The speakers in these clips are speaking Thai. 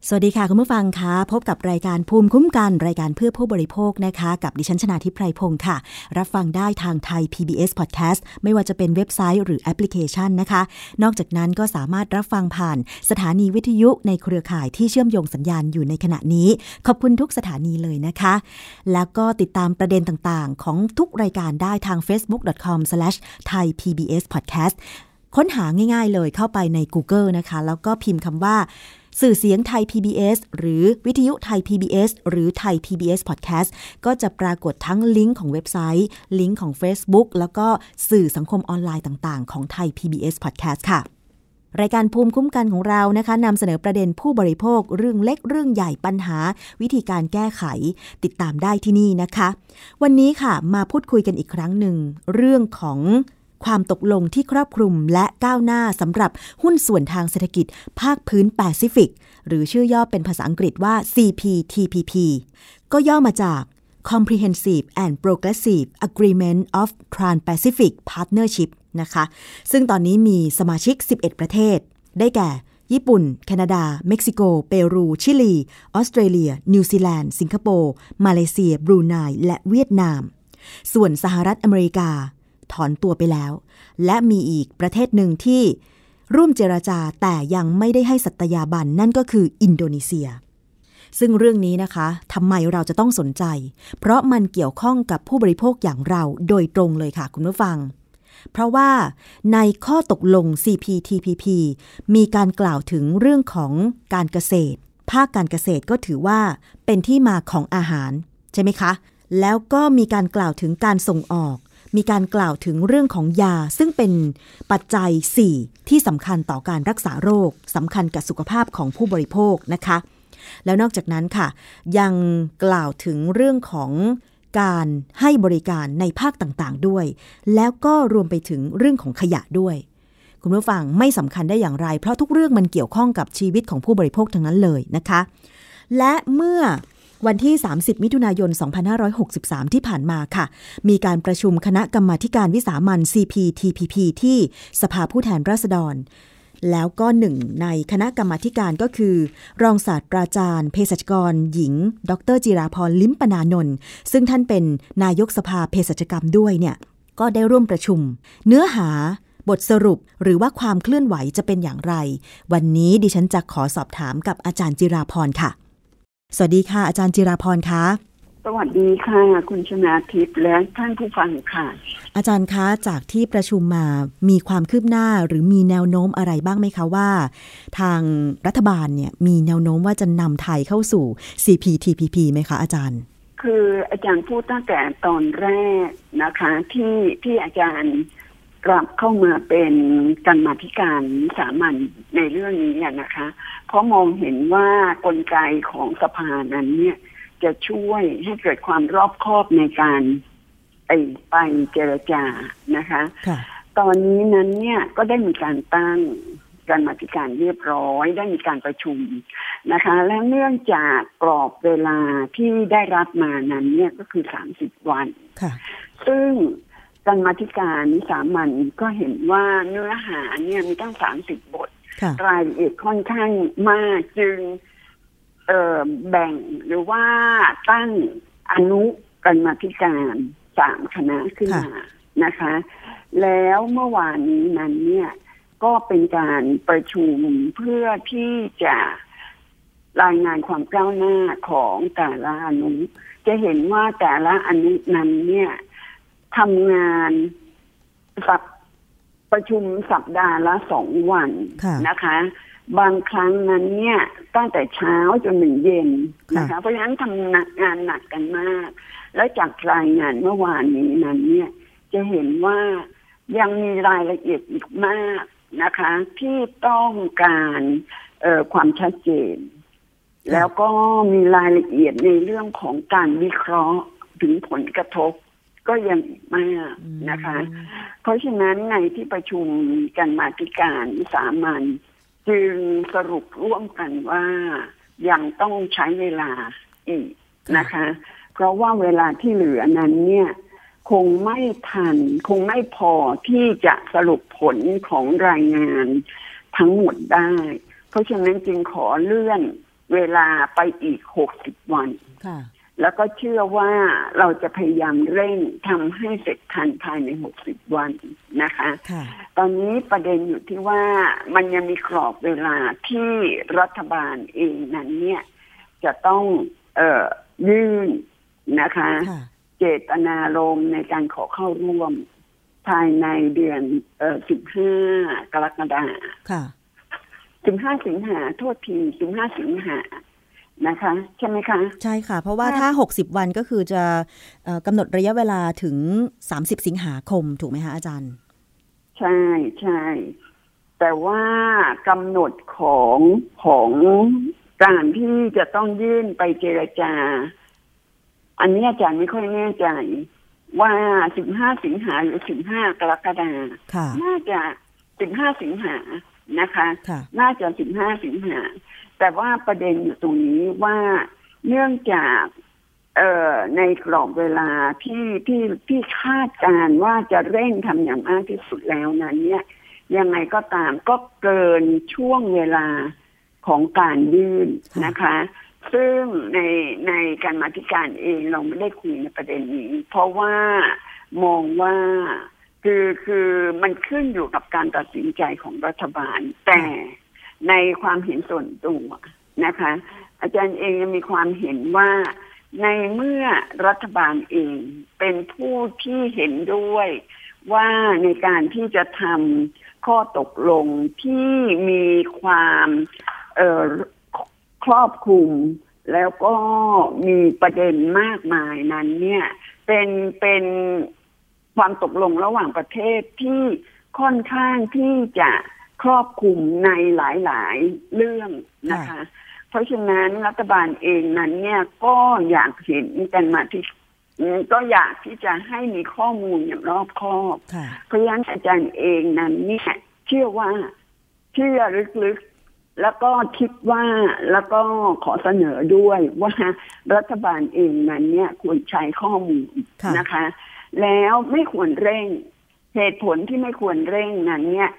สวัสดีค่ะคุณผู้ฟังคะพบกับรายการภูมิคุ้มกันรายการเพื่อผู้บริโภคนะคะกับดิฉันชนาธิปไพรพงศ์ค่ะรับฟังได้ทางไทย PBS Podcast ไม่ว่าจะเป็นเว็บไซต์หรือแอปพลิเคชันนะคะนอกจากนั้นก็สามารถรับฟังผ่านสถานีวิทยุในเครือข่ายที่เชื่อมโยงสัญญาณอยู่ในขณะนี้ขอบคุณทุกสถานีเลยนะคะแล้วก็ติดตามประเด็นต่างๆของทุกรายการได้ทาง facebook.com/thaipbspodcast ค้นหาง่ายๆเลยเข้าไปใน Google นะคะแล้วก็พิมพ์คำว่าสื่อเสียงไทย PBS หรือวิทยุไทย PBS หรือไทย PBS Podcast ก็จะปรากฏทั้งลิงก์ของเว็บไซต์ลิงก์ของ Facebook แล้วก็สื่อสังคมออนไลน์ต่างๆของไทย PBS Podcast ค่ะรายการภูมิคุ้มกันของเรานะคะนำเสนอประเด็นผู้บริโภคเรื่องเล็กเรื่องใหญ่ปัญหาวิธีการแก้ไขติดตามได้ที่นี่นะคะวันนี้ค่ะมาพูดคุยกันอีกครั้งหนึ่งเรื่องของความตกลงที่ครอบคลุมและก้าวหน้าสำหรับหุ้นส่วนทางเศรษฐกิจภาคพื้นแปซิฟิกหรือชื่อย่อเป็นภาษาอังกฤษว่า CPTPP ก็ย่อมาจาก Comprehensive and Progressive Agreement of Trans-Pacific Partnership นะคะซึ่งตอนนี้มีสมาชิก11ประเทศได้แก่ญี่ปุ่นแคนาดาเม็กซิโกเปรูชิลีออสเตรเลียนิวซีแลนด์สิงคโปร์มาเลเซียบรูไนและเวียดนามส่วนสหรัฐอเมริกาถอนตัวไปแล้วและมีอีกประเทศหนึ่งที่ร่วมเจรจาแต่ยังไม่ได้ให้สัตยาบันนั่นก็คืออินโดนีเซียซึ่งเรื่องนี้นะคะทำไมเราจะต้องสนใจเพราะมันเกี่ยวข้องกับผู้บริโภคอย่างเราโดยตรงเลยค่ะคุณผู้ฟังเพราะว่าในข้อตกลง CPTPP มีการกล่าวถึงเรื่องของการเกษตรภาคการเกษตรก็ถือว่าเป็นที่มาของอาหารใช่ไหมคะแล้วก็มีการกล่าวถึงการส่งออกมีการกล่าวถึงเรื่องของยาซึ่งเป็นปัจจัย4ที่สำคัญต่อการรักษาโรคสำคัญกับสุขภาพของผู้บริโภคนะคะแล้วนอกจากนั้นค่ะยังกล่าวถึงเรื่องของการให้บริการในภาคต่างๆด้วยแล้วก็รวมไปถึงเรื่องของขยะด้วยคุณผู้ฟังไม่สำคัญได้อย่างไรเพราะทุกเรื่องมันเกี่ยวข้องกับชีวิตของผู้บริโภคทั้งนั้นเลยนะคะและเมื่อวันที่30มิถุนายน2563ที่ผ่านมาค่ะมีการประชุมคณะกรรมาธิการวิสามัญ CPTPP ที่สภาผู้แทนราษฎรแล้วก็หนึ่งในคณะกรรมาธิการก็คือรองศาสตราจารย์เภสัชกรหญิงดร.จิราพรลิ้มปนานนท์ซึ่งท่านเป็นนายกสภาเภสัชกรรมด้วยเนี่ยก็ได้ร่วมประชุมเนื้อหาบทสรุปหรือว่าความเคลื่อนไหวจะเป็นอย่างไรวันนี้ดิฉันจะขอสอบถามกับอาจารย์จิราพรค่ะสวัสดีค่ะอาจารย์จิราพรคะสวัสดีค่ะคุณชนาทิพย์และท่านผู้ฟังค่ะอาจารย์คะจากที่ประชุมมามีความคืบหน้าหรือมีแนวโน้มอะไรบ้างไหมคะว่าทางรัฐบาลเนี่ยมีแนวโน้มว่าจะนำไทยเข้าสู่ CPTPP ไหมคะอาจารย์คืออาจารย์พูดตั้งแต่ตอนแรกนะคะที่อาจารย์กลับเข้ามาเป็นกรรมาธิการสามัญในเรื่องนี้นะคะเพราะมองเห็นว่ากลไกของสภานั้นเนี่ยจะช่วยให้เกิดความรอบคอบในการไปเจรจานะคะตอนนี้นั้นเนี่ยก็ได้มีการตั้งกรรมาธิการเรียบร้อยได้มีการประชุมนะคะและเนื่องจากกรอบเวลาที่ได้รับมานั้นเนี่ยก็คือ30วันซึ่งกรรมาธิการสามัญก็เห็นว่าเนื้อหาเนี่ยมีตั้ง30บทรายละเอียดค่อนข้างมากจึงแบ่งหรือว่าตั้งอนุกรรมาธิการ3คณะขึ้นมานะคะแล้วเมื่อวานนี้นั้นเนี่ยก็เป็นการประชุมเพื่อที่จะรายงานความก้าวหน้าของแต่ละอนุจะเห็นว่าแต่ละอนุนั้นเนี่ยทำงานประชุมสัปดาห์ละ2วันนะคะบางครั้งนั้นเนี่ยตั้งแต่เช้าจนถึงเย็นนะคะเพราะฉะนั้นทำงานหนักกันมากและจากรายงานเมื่อวานนี้นั้นเนี่ยจะเห็นว่ายังมีรายละเอียดอีกมากนะคะที่ต้องการความชัดเจนแล้วก็มีรายละเอียดในเรื่องของการวิเคราะห์ถึงผลกระทบก็ยังอีกมากนะคะเพราะฉะนั้นในที่ประชุมกรรมาธิการสามัญจึงสรุปร่วมกันว่ายังต้องใช้เวลาอีกนะคะเพราะว่าเวลาที่เหลือนั้นเนี่ยคงไม่ทันคงไม่พอที่จะสรุปผลของรายงานทั้งหมดได้เพราะฉะนั้นจึงขอเลื่อนเวลาไปอีก60 วันค่ะแล้วก็เชื่อว่าเราจะพยายามเร่งทำให้เสร็จทันภายใน60 วันนะคะตอนนี้ประเด็นอยู่ที่ว่ามันยังมีกรอบเวลาที่รัฐบาลเองนั้นเนี่ยจะต้องยื่นนะคะเจตนารมณ์ในการขอเข้าร่วมภายในเดือน15 กรกฎาคม15 สิงหาโทษที15 สิงหานะคะใช่ไหมคะใช่ค่ะเพราะว่าถ้า60 วันก็คือจะกำหนดระยะเวลาถึง30 สิงหาคมถูกไหมคะอาจารย์ใช่ใช่แต่ว่ากำหนดของการที่จะต้องยื่นไปเจรจาอันนี้อาจารย์ไม่ค่อยแน่ใจว่า15 สิงหาหรือ15 กรกฎาคมน่าจะ15 สิงหานะคะน่าจะ15 สิงหาแต่ว่าประเด็นอยู่ตรงนี้ว่าเนื่องจากในกรอบเวลาที่คาดการว่าจะเร่งทำอย่างมากที่สุดแล้วนั้นเนี่ยยังไงก็ตามก็เกินช่วงเวลาของการยื่นนะคะซึ่งในการมาธิการเองเราไม่ได้คุยในประเด็นนี้เพราะว่ามองว่าคือมันขึ้นอยู่กับการตัดสินใจของรัฐบาลแต่ในความเห็นส่วนตัวนะคะอาจารย์เองยังมีความเห็นว่าในเมื่อรัฐบาลเองเป็นผู้ที่เห็นด้วยว่าในการที่จะทำข้อตกลงที่มีความครอบคลุมแล้วก็มีประเด็นมากมายนั้นเนี่ยเป็นความตกลงระหว่างประเทศที่ค่อนข้างที่จะครอบคลุมในหลายๆเรื่องนะคะเพราะฉะนั้นรัฐบาลเองนั้นเนี่ยก็อยากเห็นกันมาที่ก็อยากที่จะให้มีข้อมูลอย่างรอบคอบเพราะฉะนั้นอาจารย์เองนั้นเนี่ยเชื่อลึกๆแล้วก็คิดว่าแล้วก็ขอเสนอด้วยว่ารัฐบาลเองนั้นเนี่ยควรใช้ข้อมูลนะคะแล้วไม่ควรเร่งเหตุผลที่ไม่ควรเร่งนั้นเนี่ย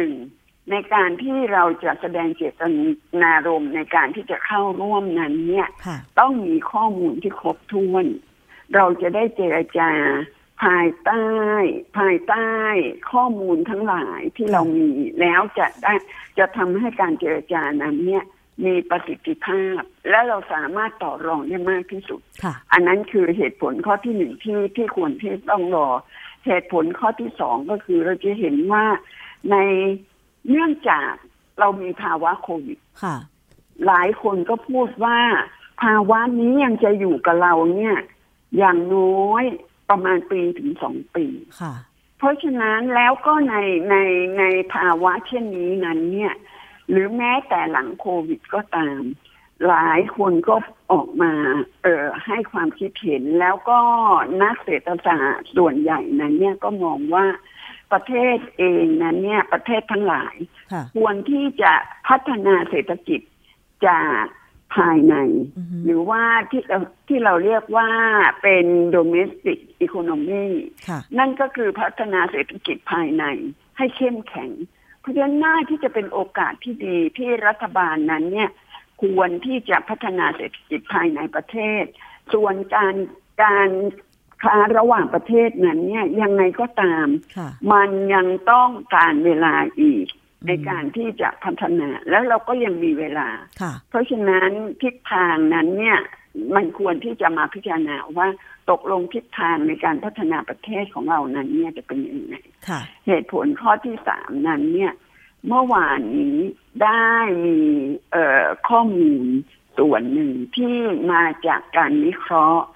1ในการที่เราจะแสดงเจตนารมณ์ในการที่จะเข้าร่วมนั้นเนี่ยต้องมีข้อมูลที่ครบถ้วนเราจะได้เจรจาภายใต้ข้อมูลทั้งหลายที่เรามีแล้วจะทำให้การเจรจานั้นเนี่ยมีประสิทธิภาพและเราสามารถต่อรองได้มากที่สุดอันนั้นคือเหตุผลข้อที่1ที่ควรที่ต้องรอเหตุผลข้อที่2ก็คือเราจะเห็นว่าในเนื่องจากเรามีภาวะโควิดหลายคนก็พูดว่าภาวะนี้ยังจะอยู่กับเราเนี่ยอย่างน้อยประมาณปีถึง2 ปีเพราะฉะนั้นแล้วก็ในภาวะเช่นนี้นั้นเนี่ยหรือแม้แต่หลังโควิดก็ตามหลายคนก็ออกมาให้ความคิดเห็นแล้วก็นักเศรษฐศาสตร์ส่วนใหญ่นั้นเนี่ยก็มองว่าประเทศเองนั้นเนี่ยประเทศทั้งหลายควรที่จะพัฒนาเศรษฐกิจจากภายในหรือว่าที่เราเรียกว่าเป็น domestic economy นั่นก็คือพัฒนาเศรษฐกิจภายในให้เข้มแข็งเพราะฉะนั้นน่าที่จะเป็นโอกาสที่ดีที่รัฐบาลนั้นเนี่ยควรที่จะพัฒนาเศรษฐกิจภายในประเทศส่วนการค้าระหว่างประเทศนั้นเนี่ยยังไงก็ตามมันยังต้องการเวลาอีกในการที่จะพัฒนาแล้วเราก็ยังมีเวลาเพราะฉะนั้นทิศทางนั้นเนี่ยมันควรที่จะมาพิจารณาว่าตกลงทิศทางในการพัฒนาประเทศของเรานั้นเนี่ยจะเป็นยังไงเหตุผลข้อที่3นั้นเนี่ยเมื่อวานนี้ได้มีข้อมูลส่วนหนึ่งที่มาจากการวิเคราะห์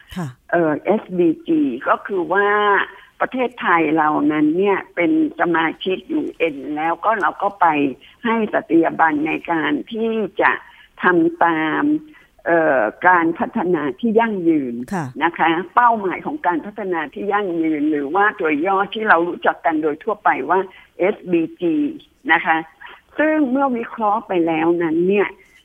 SDG ก็คือว่าประเทศไทยเรานั้นเนี่ยเป็นสมาชิก UN แล้วก็เราก็ไปให้สัตยาบันในการที่จะทำตามการพัฒนาที่ยั่งยืนนะคะเป้าหมายของการพัฒนาที่ยั่งยืนหรือว่าตัวย่อที่เรารู้จักกันโดยทั่วไปว่า SDG นะคะซึ่งเมื่อวิเคราะห์ไปแล้วนั้นเนี่ย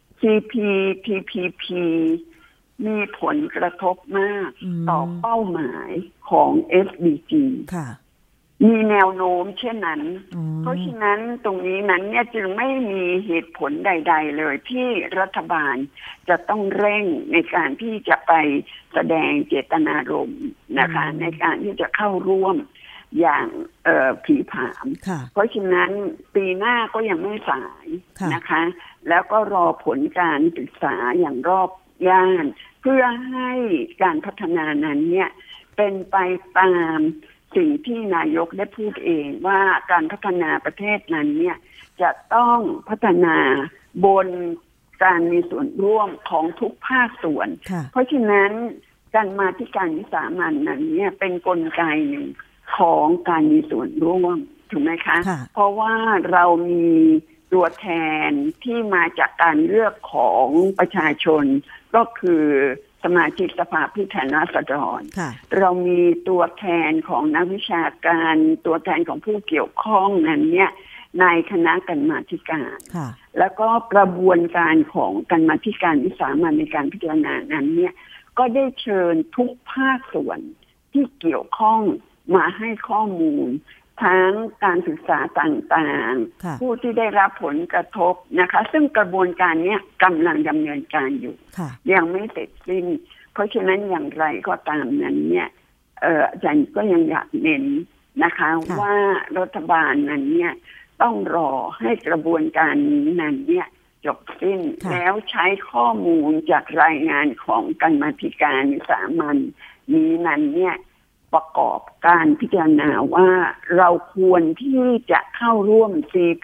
CPTPP มีผลกระทบมากต่อเป้าหมายของ SDG มีแนวโน้มเช่นนั้นเพราะฉะนั้นตรงนี้นั้นเนี่ยจึงไม่มีเหตุผลใดๆเลยที่รัฐบาลจะต้องเร่งในการที่จะไปแสดงเจตนารมณ์นะคะในการที่จะเข้าร่วมอย่างผีผามเพราะฉะนั้นปีหน้าก็ยังไม่สายนะคะแล้วก็รอผลการศึกษาอย่างรอบด้านเพื่อให้การพัฒนานั้นเนี่ยเป็นไปตามสิ่งที่นายกได้พูดเองว่าการพัฒนาประเทศนั้นเนี่ยจะต้องพัฒนาบนการมีส่วนร่วมของทุกภาคส่วนเพราะฉะนั้นการมาธิการวิสามัญนั้นเนี่ยเป็นกลไกหนึ่งของการมีส่วนร่วมถูกไหมคะเพราะว่าเรามีตัวแทนที่มาจากการเลือกของประชาชนก็คือสมาชิกสภาผู้แทนราษฎรเรามีตัวแทนของนักวิชาการตัวแทนของผู้เกี่ยวข้องนั้นเนี่ยในคณะกรรมาธิการแล้วก็กระบวนการของกรรมาธิการวิสามัญในการพิจารณานั้นเนี่ยก็ได้เชิญทุกภาคส่วนที่เกี่ยวข้องมาให้ข้อมูลทั้งการศึกษาต่างๆผู้ที่ได้รับผลกระทบนะคะซึ่งกระบวนการนี้กำลังดำเนินการอยู่ยังไม่เสร็จสิ้นเพราะฉะนั้นอย่างไรก็ตามนั้นเนี่ยอาจารย์ก็ยังอยากเน้นนะคะว่ารัฐบาลนั้นเนี่ยต้องรอให้กระบวนการนี้นั้นเนี่ยจบสิ้นแล้วใช้ข้อมูลจากรายงานของกรรมาธิการวิสามัญนี้นั้นเนี่ยประกอบการพิจารณาว่าเราควรที่จะเข้าร่วม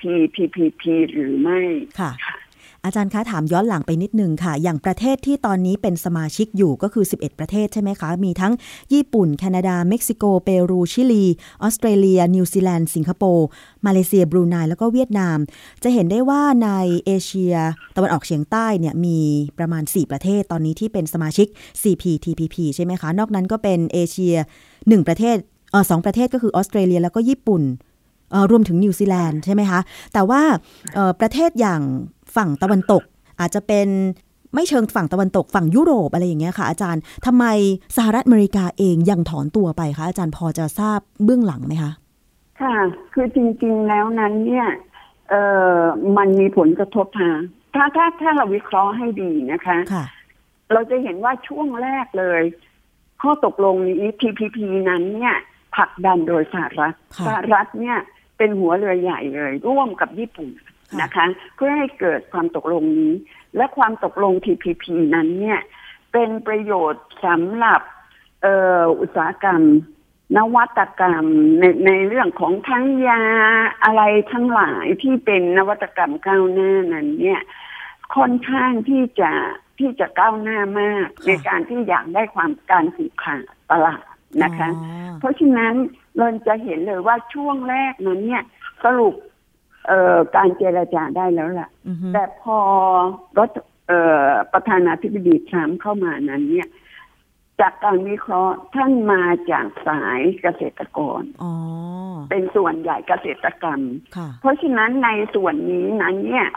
CPTPP หรือไม่ค่ะอาจารย์คะถามย้อนหลังไปนิดนึงค่ะอย่างประเทศที่ตอนนี้เป็นสมาชิกอยู่ก็คือ11ประเทศใช่ไหมคะมีทั้งญี่ปุ่นแคนาดาเม็กซิโกเปรูชิลีออสเตรเลียนิวซีแลนด์สิงคโปร์มาเลเซียบรูไนแล้วก็เวียดนามจะเห็นได้ว่าในเอเชียตะวันออกเฉียงใต้เนี่ยมีประมาณ4ประเทศตอนนี้ที่เป็นสมาชิก CPTPP ใช่ไหมคะนอกนั้นก็เป็นเอเชีย1ประเทศ2ประเทศก็คือออสเตรเลียแล้วก็ญี่ปุ่นรวมถึงนิวซีแลนด์ใช่ไหมคะแต่ว่าประเทศอย่างฝั่งตะวันตกอาจจะเป็นไม่เชิงฝั่งตะวันตกฝั่งยุโรปอะไรอย่างเงี้ยค่ะอาจารย์ทำไมสหรัฐอเมริกาเองยังถอนตัวไปคะอาจารย์พอจะทราบเบื้องหลังไหมคะค่ะคือจริงๆแล้วนั้นเนี่ยมันมีผลกระทบถ้าเราวิเคราะห์ให้ดีนะคะเราจะเห็นว่าช่วงแรกเลยข้อตกลงนี้ TPP นั้นเนี่ยผลักดันโดยสหรัฐเนี่ยเป็นหัวเรือใหญ่เลยร่วมกับญี่ปุ่นนะคะเพื่อให้เกิดความตกลงนี้และความตกลง TPP นั้นเนี่ยเป็นประโยชน์สำหรับอุตสาหกรรมนวัตกรรมในเรื่องของทั้งยาอะไรทั้งหลายที่เป็นนวัตกรรมก้าวหน้านั้นเนี่ยค่อนข้างที่จะก้าวหน้ามากในการที่อยากได้การผูกขาดตลาดนะคะเพราะฉะนั้นเราจะเห็นเลยว่าช่วงแรกนั้นเนี่ยสรุปการเจรจาได้แล้วล่ะแต่พอประธานาธิบดีทรัมป์เข้ามานั้นเนี่ยจากการวิเคราะห์ท่านมาจากสายเกษตรกรเป็นส่วนใหญ่เกษตรกรรมเพราะฉะนั้นในส่วนนี้นั้นเนี่ย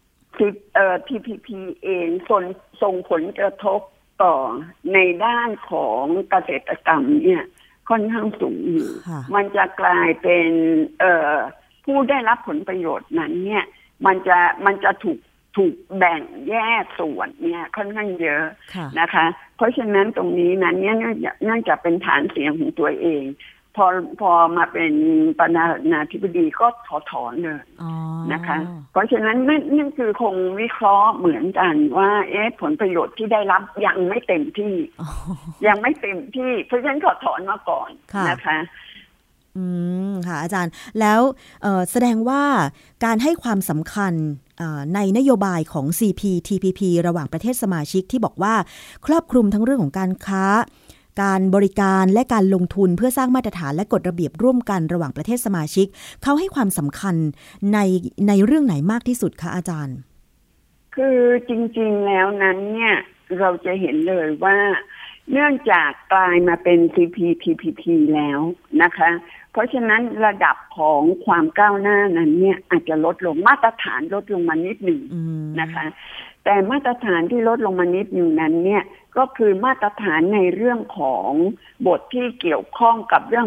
TPP เองส่งผลกระทบต่อในด้านของเกษตรกรรมเนี่ยค่อนข้างสูงอยู่มันจะกลายเป็นผู้ได้รับผลประโยชน์นั้นเนี่ยมันจะถูกแบ่งแยกส่วนเนี่ยค่อนข้างเยอะนะคะเพราะฉะนั้นตรงนี้นั้นเนี่ยเนื่องจากเป็นฐานเสียงของตัวเองพอมาเป็นประธานาธิบดีก็ถอนเลยนะคะเพราะฉะนั้นนั่นคือคงวิเคราะห์เหมือนกันว่าผลประโยชน์ที่ได้รับยังไม่เต็มที่ยังไม่เต็มที่เพราะฉะนั้นถอนมาก่อนนะคะค่ะอาจารย์แล้วแสดงว่าการให้ความสำคัญในนโยบายของ CPTPP ระหว่างประเทศสมาชิกที่บอกว่าครอบคลุมทั้งเรื่องของการค้าการบริการและการลงทุนเพื่อสร้างมาตรฐานและกฎระเบียบร่วมกันระหว่างประเทศสมาชิกเขาให้ความสำคัญในเรื่องไหนมากที่สุดคะอาจารย์คือจริงๆแล้วนั้นเนี่ยเราจะเห็นเลยว่าเนื่องจากกลายมาเป็น CPTPP แล้วนะคะเพราะฉะนั้นระดับของความก้าวหน้านั้นเนี่ยอาจจะลดลงมาตรฐานลดลงมานิดหนึ่งนะคะแต่มาตรฐานที่ลดลงมานิดหนึ่งนั้นเนี่ยก็คือมาตรฐานในเรื่องของบทที่เกี่ยวข้องกับเรื่อง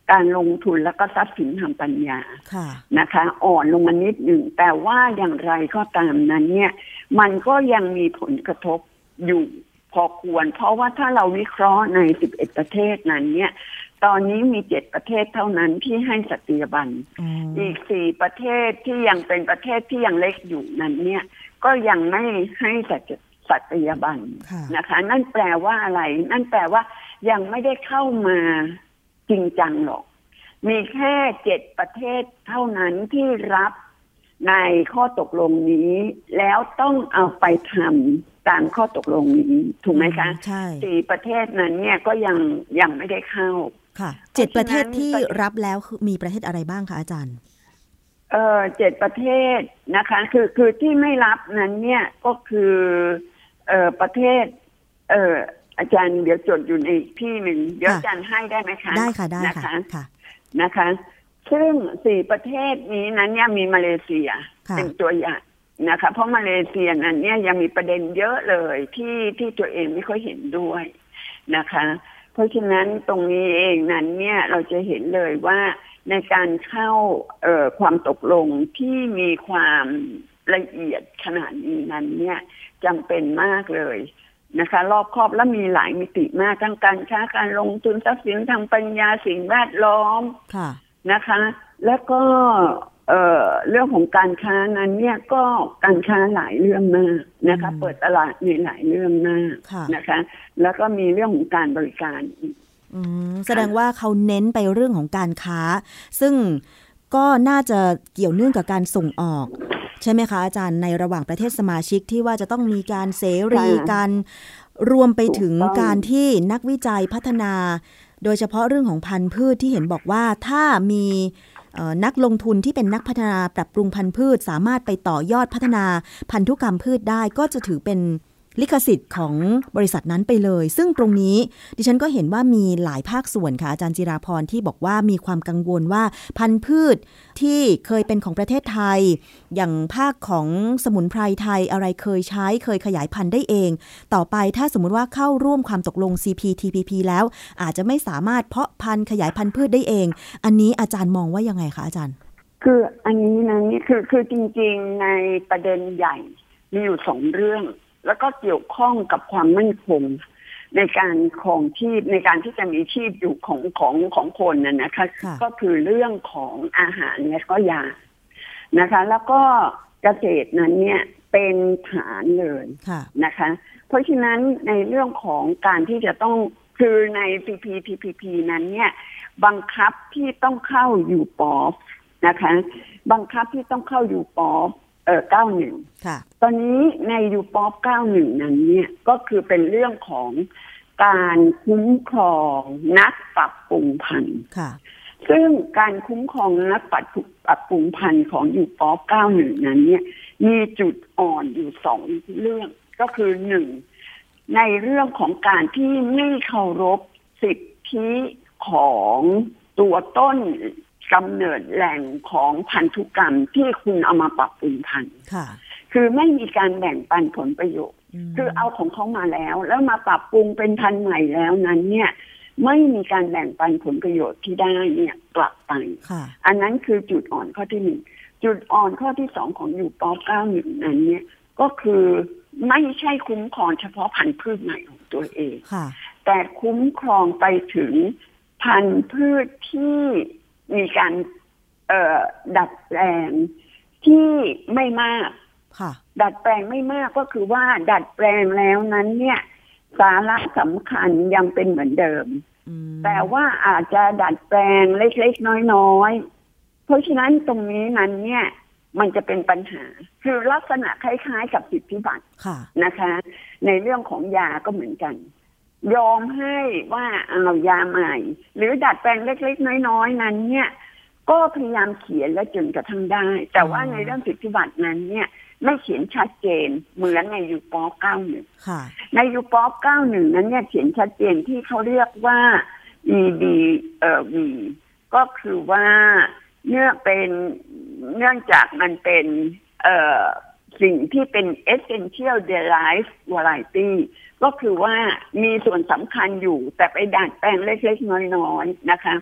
การลงทุนแล้วก็ทรัพย์สินทางปัญญานะคะอ่อนลงมานิดหนึ่งแต่ว่าอย่างไรก็ตามนั้นเนี่ยมันก็ยังมีผลกระทบอยู่พอควรเพราะว่าถ้าเราวิเคราะห์ใน11ประเทศนั้นเนี่ยตอนนี้มี7ประเทศเท่านั้นที่ให้สัตยาบันอีก4ประเทศที่ยังเป็นประเทศที่ยังเล็กอยู่นั้นเนี่ยก็ยังไม่ให้สัตยาบันนะคะนั่นแปลว่าอะไรนั่นแปลว่ายังไม่ได้เข้ามาจริงจังหรอกมีแค่7ประเทศเท่านั้นที่รับในข้อตกลงนี้แล้วต้องเอาไปทำตามข้อตกลงนี้ถูกไหมคะใช่ 4ประเทศนั้นเนี่ยก็ยังไม่ได้เข้าค่ะ7ประเทศที่รับแล้วคือมีประเทศอะไรบ้างคะอาจารย์ 7ประเทศนะคะคือที่ไม่รับนั้นเนี่ยก็คือประเทศอาจารย์เดี๋ยวจดอยู่ในที่หนึ่งเดี๋ยวอาจารย์ให้ได้ไหมคะได้ค่ะได้ค่ะนะคะซึ่ง4ประเทศนี้นั้นเนี่ยมีมาเลเซียเป็นตัวอย่างนะคะเพราะมาเลเซียนั้นเนี่ยยังมีประเด็นเยอะเลยที่ตัวเองไม่ค่อยเห็นด้วยนะคะเพราะฉะนั้นตรงนี้เองนั้นเนี่ยเราจะเห็นเลยว่าในการเข้าความตกลงที่มีความละเอียดขนาดนี้นั้นเนี่ยจำเป็นมากเลยนะคะรอบคอบและมีหลายมิติมากทั้งการค้าการลงทุนทรัพย์สินทางปัญญาสิ่งแวดล้อมนะคะแล้วก็เรื่องของการค้านั้นเนี่ยก็การค้าหลายเรื่องมากนะคะเปิดตลาดมีหลายเรื่องมากนะคะแล้วก็มีเรื่องของการบริการอีกแสดงว่าเขาเน้นไปเรื่องของการค้าซึ่งก็น่าจะเกี่ยวเนื่องกับการส่งออกใช่ไหมคะอาจารย์ในระหว่างประเทศสมาชิกที่ว่าจะต้องมีการเสรีกันรวมไปถึงการที่นักวิจัยพัฒนาโดยเฉพาะเรื่องของพันธุ์พืชที่เห็นบอกว่าถ้ามีนักลงทุนที่เป็นนักพัฒนาปรับปรุงพันธุ์พืชสามารถไปต่อยอดพัฒนาพันธุกรรมพืชได้ก็จะถือเป็นลิขสิทธิ์ของบริษัทนั้นไปเลยซึ่งตรงนี้ดิฉันก็เห็นว่ามีหลายภาคส่วนค่ะอาจารย์จิราพรที่บอกว่ามีความกังวลว่าพันธุ์พืชที่เคยเป็นของประเทศไทยอย่างภาคของสมุนไพรไทยอะไรเคยใช้เคยขยายพันธุ์ได้เองต่อไปถ้าสมมุติว่าเข้าร่วมความตกลง CPTPP แล้วอาจจะไม่สามารถเพาะพันธุ์ขยายพันธุ์พืชได้เองอันนี้อาจารย์มองว่ายังไงคะอาจารย์คืออันนี้นะนี่คือจริงๆในประเด็นใหญ่มีอยู่2เรื่องแล้วก็เกี่ยวข้องกับความมั่นคงในการครองชีพในการที่จะมีชีพอยู่ของคนน่ะนะคะก็คือเรื่องของอาหารและก็ยานะคะแล้วก็เกษตรนั้นเนี่ยเป็นฐานเลยนะคะเพราะฉะนั้นในเรื่องของการที่จะต้องคือใน CPTPP นั้นเนี่ยบังคับที่ต้องเข้าอยู่ปอฟนะคะบังคับที่ต้องเข้าอยู่ปอฟ91ตอนนี้ในยูป๊อป91นั้นเนี่ยก็คือเป็นเรื่องของการคุ้มครองนักปรับปรุงพันธุ์ซึ่งการคุ้มครองนักปรับปรุงพันธุ์ของยูป๊อป91นั้นเนี่ยมีจุดอ่อนอยู่2เรื่องก็คือ1ในเรื่องของการที่ไม่เคารพสิทธิของตัวต้นกำเนิดแหล่งของพันธุกรรมที่คุณเอามาปรับปรุงพันธุ์คือไม่มีการแบ่งปันผลประโยชน์คือเอาของเขามาแล้วมาปรับปรุงเป็นพันธุ์ใหม่แล้วนั้นเนี่ยไม่มีการแบ่งปันผลประโยชน์ที่ได้เนี่ยกลับไปอันนั้นคือจุดอ่อนข้อที่1จุดอ่อนข้อที่2ของยูป๊อป91นั้นเนี่ยก็คือไม่ใช่คุ้มครองเฉพาะพันธุ์พืชใหม่ของตัวเองแต่คุ้มครองไปถึงพันธุ์พืชที่มีการดัดแปลงที่ไม่มากดัดแปลงไม่มากก็คือว่าดัดแปลงแล้วนั้นเนี่ยสาระสำคัญยังเป็นเหมือนเดิมแต่ว่าอาจจะดัดแปลงเล็กๆน้อยๆเพราะฉะนั้นตรงนี้นั้นเนี่ยมันจะเป็นปัญหาคือลักษณะคล้ายๆกับสิทธิบัตรนะคะในเรื่องของยาก็เหมือนกันยอมให้ว่าเอายาใหม่หรือดัดแปลงเล็กๆน้อยๆนั้นเนี่ยก็พยายามเขียนและจนกระทั่งได้แต่ว่าในเรื่องสิทธิบัตรนั้นเนี่ยไม่เขียนชัดเจนเหมือนในยูป๊อป91ในยูป๊อป91นั้นเนี่ยเขียนชัดเจนที่เขาเรียกว่า EBV ก็คือว่าเนื่องจากมันเป็นสิ่งที่เป็น essential derived variety ก็คือว่ามีส่วนสำคัญอยู่แต่ไปดัดแปลงเล็กๆน้อยๆนะคะเจ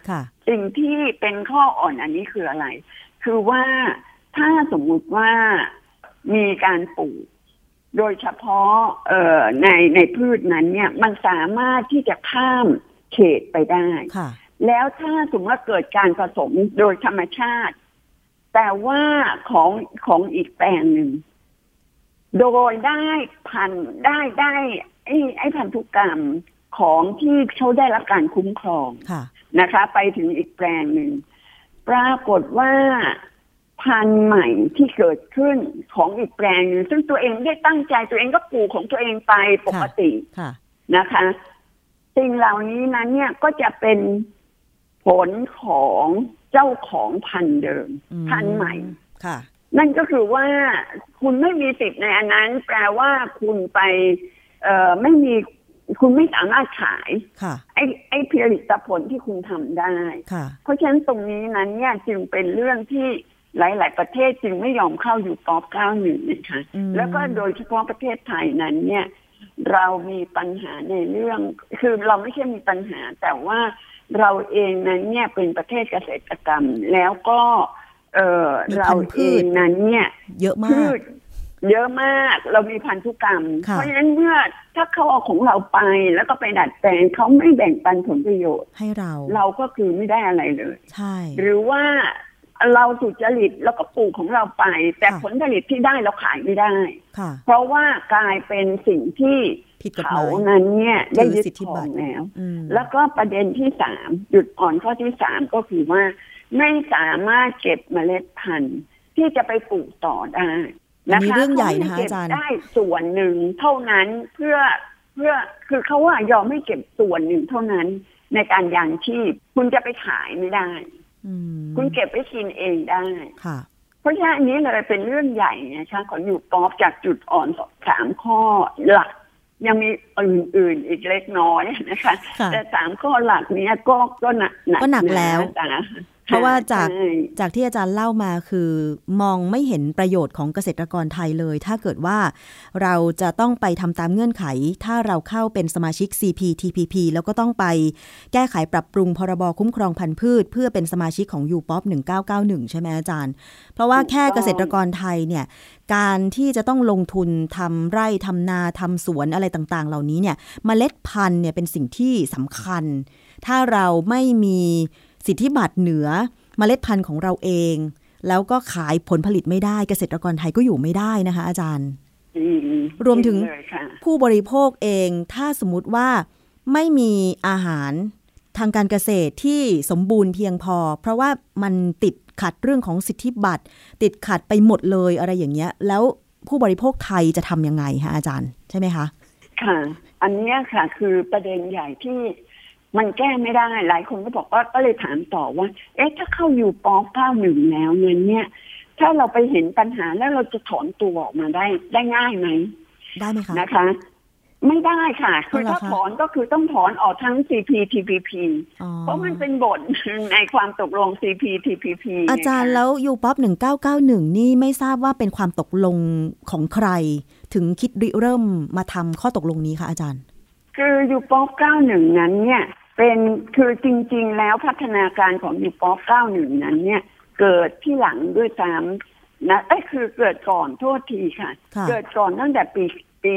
สิ่งที่เป็นข้ออ่อนอันนี้คืออะไรคือว่าถ้าสมมุติว่ามีการปลูกโดยเฉพาะในพืชนั้นเนี่ยมันสามารถที่จะข้ามเขตไปได้แล้วถ้าสมมติว่าเกิดการผสมโดยธรรมชาติแต่ว่าของอีกแปลงหนึ่งโดยได้พันธุ์ได้ไอ้พันธุกรรมของที่เขาได้รับการคุ้มครองนะคะไปถึงอีกแปลงหนึ่งปรากฏว่าพันธุ์ใหม่ที่เกิดขึ้นของอีกแปลงนึงซึ่งตัวเองได้ตั้งใจตัวเองก็ปลูกของตัวเองไปปกตินะคะสิ่งเหล่านี้นั้นเนี่ยก็จะเป็นผลของเจ้าของพันธุ์เดิมพันธุ์ใหม่นั่นก็คือว่าคุณไม่มีสิทธิ์ในอันนั้นแปลว่าคุณไปไม่มีคุณไม่สามารถขายไอ้ผลิตผลที่คุณทำได้เพราะฉะนั้นตรงนี้นั้นเนี่ยจึงเป็นเรื่องที่หลายๆประเทศจึงไม่ยอมเข้ายูป๊อป91นะคะแล้วก็โดยเฉพาะประเทศไทยนั้นเนี่ยเรามีปัญหาในเรื่องคือเราไม่ใช่มีปัญหาแต่ว่าเราเองนั้นเนี่ยเป็นประเทศเกษตรกรรมแล้วก็เราเองนั้นเนี่ยเยอะมากเรามีพันธุกรรมเพราะฉะนั้นเมื่อถ้าเขาเอาของเราไปแล้วก็ไปดัดแปลงเขาไม่แบ่งปันผลประโยชน์ให้เราก็คือไม่ได้อะไรเลยใช่หรือว่าเราสุจริตแล้วก็ปลูกของเราไปแต่ผลผลิตที่ได้เราขายไม่ได้เพราะว่ากลายเป็นสิ่งที่เขานั้นเนี่ยได้ยึดครองแล้วก็ประเด็นที่3จุดอ่อนข้อที่3ก็คือว่าไม่สามารถเก็บเมล็ดพันธุ์ที่จะไปปลูกต่อได้นะคะเรื่องใหญ่นะคะอาจารย์ได้ส่วนหนึ่งเท่านั้นเพื่อคือเขาว่ายอมให้เก็บส่วนหนึ่งเท่านั้นในการยังชีพคุณจะไปขายไม่ได้คุณเก็บไว้กินเองได้เพราะฉะนั้นอันนี้เลยเป็นเรื่องใหญ่นะคะของยูป๊อปจากจุดอ่อน3ข้อหลักยังมีอื่นๆอีกเล็กน้อยนะคะแต่3ข้อหลักนี้ก็หนักแล้วเพราะว่าจากที่อาจารย์เล่ามาคือมองไม่เห็นประโยชน์ของเกษตรกรไทยเลยถ้าเกิดว่าเราจะต้องไปทำตามเงื่อนไขถ้าเราเข้าเป็นสมาชิก CPTPP แล้วก็ต้องไปแก้ไขปรับปรุงพรบคุ้มครองพันธุ์พืชเพื่อเป็นสมาชิกของ UPOP 1991ใช่ไหมอาจารย์เพราะว่าแค่เกษตรกรไทยเนี่ยการที่จะต้องลงทุนทำไร่ทำนาทำสวนอะไรต่างๆเหล่านี้เนี่ยเมล็ดพันธุ์เนี่ยเป็นสิ่งที่สำคัญถ้าเราไม่มีสิทธิบัตรเหนือเมล็ดพันธุ์ของเราเองแล้วก็ขายผลผลิตไม่ได้เกษตรกรไทยก็อยู่ไม่ได้นะคะอาจารย์รวมถึงผู้บริโภคเองถ้าสมมุติว่าไม่มีอาหารทางการเกษตรที่สมบูรณ์เพียงพอเพราะว่ามันติดขัดเรื่องของสิทธิบัตรติดขัดไปหมดเลยอะไรอย่างเงี้ยแล้วผู้บริโภคไทยจะทำยังไงคะอาจารย์ใช่ไหมคะค่ะอันนี้ค่ะคือประเด็นใหญ่ที่มันแก้ไม่ได้หลายคนก็บอกว่าก็เลยถามต่อว่าถ้าเข้าอยู่ป๊อป91แล้วเงินเนี่ยถ้าเราไปเห็นปัญหาแล้วเราจะถอนตัวออกมาได้ง่ายไหมได้ไหมคะนะคะไม่ได้ค่ะคือถ้าถอนก็คือต้องถอนออกทั้ง CPTPP เพราะมันเป็นบทในความตกลง CPTPP อาจารย์แล้วยูป๊อป1991นี่ไม่ทราบว่าเป็นความตกลงของใครถึงคิดริเริ่มมาทำข้อตกลงนี้คะอาจารย์คือยูป๊อป91นั้นเนี่ยเป็นคือจริงๆแล้วพัฒนาการของยูป๊อป91นั้นเนี่ยเกิดที่หลังด้วยซ้ำนะคือเกิดก่อนโทษทีค่ะเกิดก่อนตั้งแต่ปี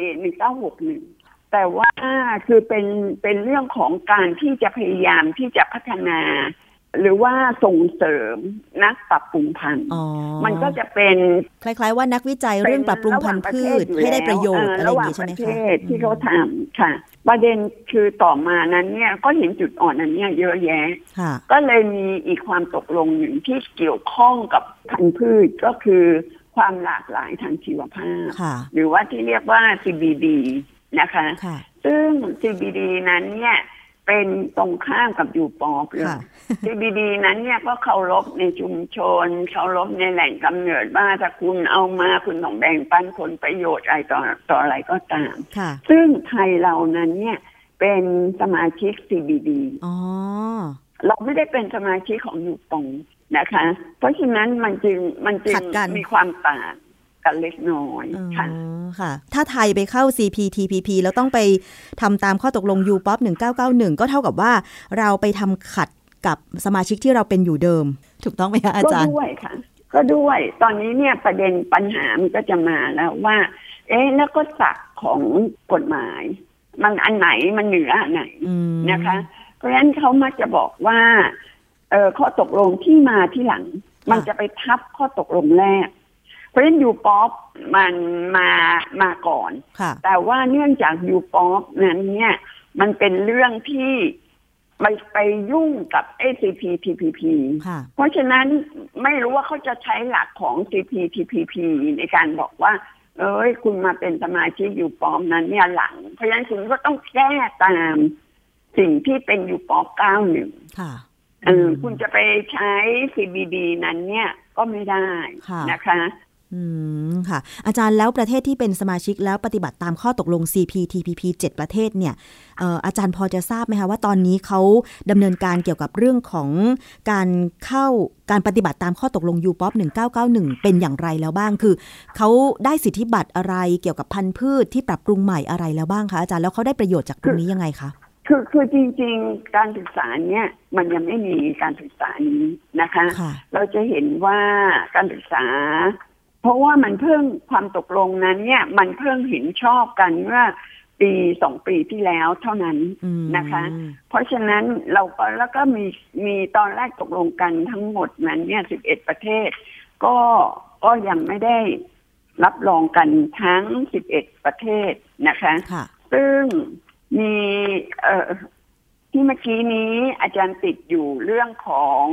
1961แต่ว่าคือเป็นเรื่องของการที่จะพยายามที่จะพัฒนาหรือว่าส่งเสริมนักปรับปรุงพันธุ์มันก็จะเป็นคล้ายๆว่านักวิจัยเรื่องปรับปรุงพันธุ์พืชให้ได้ประโยชน์อะไรอย่างนี้ใช่ไหมคะระหว่างประเทศที่เขาทำค่ะประเด็นคือต่อมานั้นเนี่ยก็เห็นจุดอ่อนอันนี้เยอะแยะก็เลยมีอีกความตกลงหนึ่งที่เกี่ยวข้องกับพันธุ์พืชก็คือความหลากหลายทางชีวภาพหรือว่าที่เรียกว่า CBD นะคะซึ่ง CBD นั้นเนี่ยเป็นตรงข้ามกับยูป๊อปเลย CBD นั้นเนี่ยก็เคารพในชุมชนเคารพในแหล่งกำเนิดว่าถ้าคุณเอามาคุณต้องแบ่งปันผลประโยชน์อะไรต่ออะไรก็ตามซึ่งไทยเรานั้นเนี่ยเป็นสมาชิก CBD เราไม่ได้เป็นสมาชิกของยูป๊อปนะคะเพราะฉะนั้นมันจึงมีความต่างกันเล็กน้อยค่ะถ้าไทยไปเข้า CPTPP แล้วต้องไปทำตามข้อตกลง UPOP 1991ก็เท่ากับว่าเราไปทำขัดกับสมาชิกที่เราเป็นอยู่เดิมถูกต้องไหมคะอาจารย์ก็ด้วยค่ะก็ด้วยตอนนี้เนี่ยประเด็นปัญหามันก็จะมาแล้วว่าแล้วก็ศักดิ์ของกฎหมายมันอันไหนมันเหนืออันไหนนะคะเพราะฉะนั้นเขามักจะบอกว่าข้อตกลงที่มาที่หลังมันจะไปทับข้อตกลงแรกเพราะฉะนั้นยูป๊อปมันมาก่อนแต่ว่าเนื่องจากยูป๊อปนั้นเนี่ยมันเป็นเรื่องที่ไปยุ่งกับ CPTPP เพราะฉะนั้นไม่รู้ว่าเขาจะใช้หลักของ CPTPP ในการบอกว่าคุณมาเป็นสมาชิกยูป๊อปนั้นเนี่ยหลังเพราะฉะนั้นคุณก็ต้องแก้ตามสิ่งที่เป็นยูป๊อป91ค่ะคุณจะไปใช้ CBD นั้นเนี่ยก็ไม่ได้นะคะค่ะอาจารย์แล้วประเทศที่เป็นสมาชิกแล้วปฏิบัติตามข้อตกลง CPTPP 7 ประเทศเนี่ยอาจารย์พอจะทราบไหมคะว่าตอนนี้เขาดำเนินการเกี่ยวกับเรื่องของการปฏิบัติตามข้อตกลง UPOP 1991เป็นอย่างไรแล้วบ้างคือเขาได้สิทธิบัตรอะไรเกี่ยวกับพันธุ์พืชที่ปรับปรุงใหม่อะไรแล้วบ้างคะอาจารย์แล้วเขาได้ประโยชน์จากตรงนี้ยังไงคะคือจริงๆการศึกษาเนี่ยมันยังไม่มีการศึกษานี้นะคะเราจะเห็นว่าการศึกษาเพราะว่ามันเพิ่งความตกลงนั้นเนี่ยมันเพิ่งเห็นชอบกันเมื่อปี2 ปีที่แล้วเท่านั้นนะคะเพราะฉะนั้นเราก็แล้วก็มีตอนแรกตกลงกันทั้งหมดนั้นเนี่ย11 ประเทศก็ยังไม่ได้รับรองกันทั้ง11 ประเทศนะคะซึ่งมีที่เมื่อกี้นี้อาจารย์ติดอยู่เรื่องของ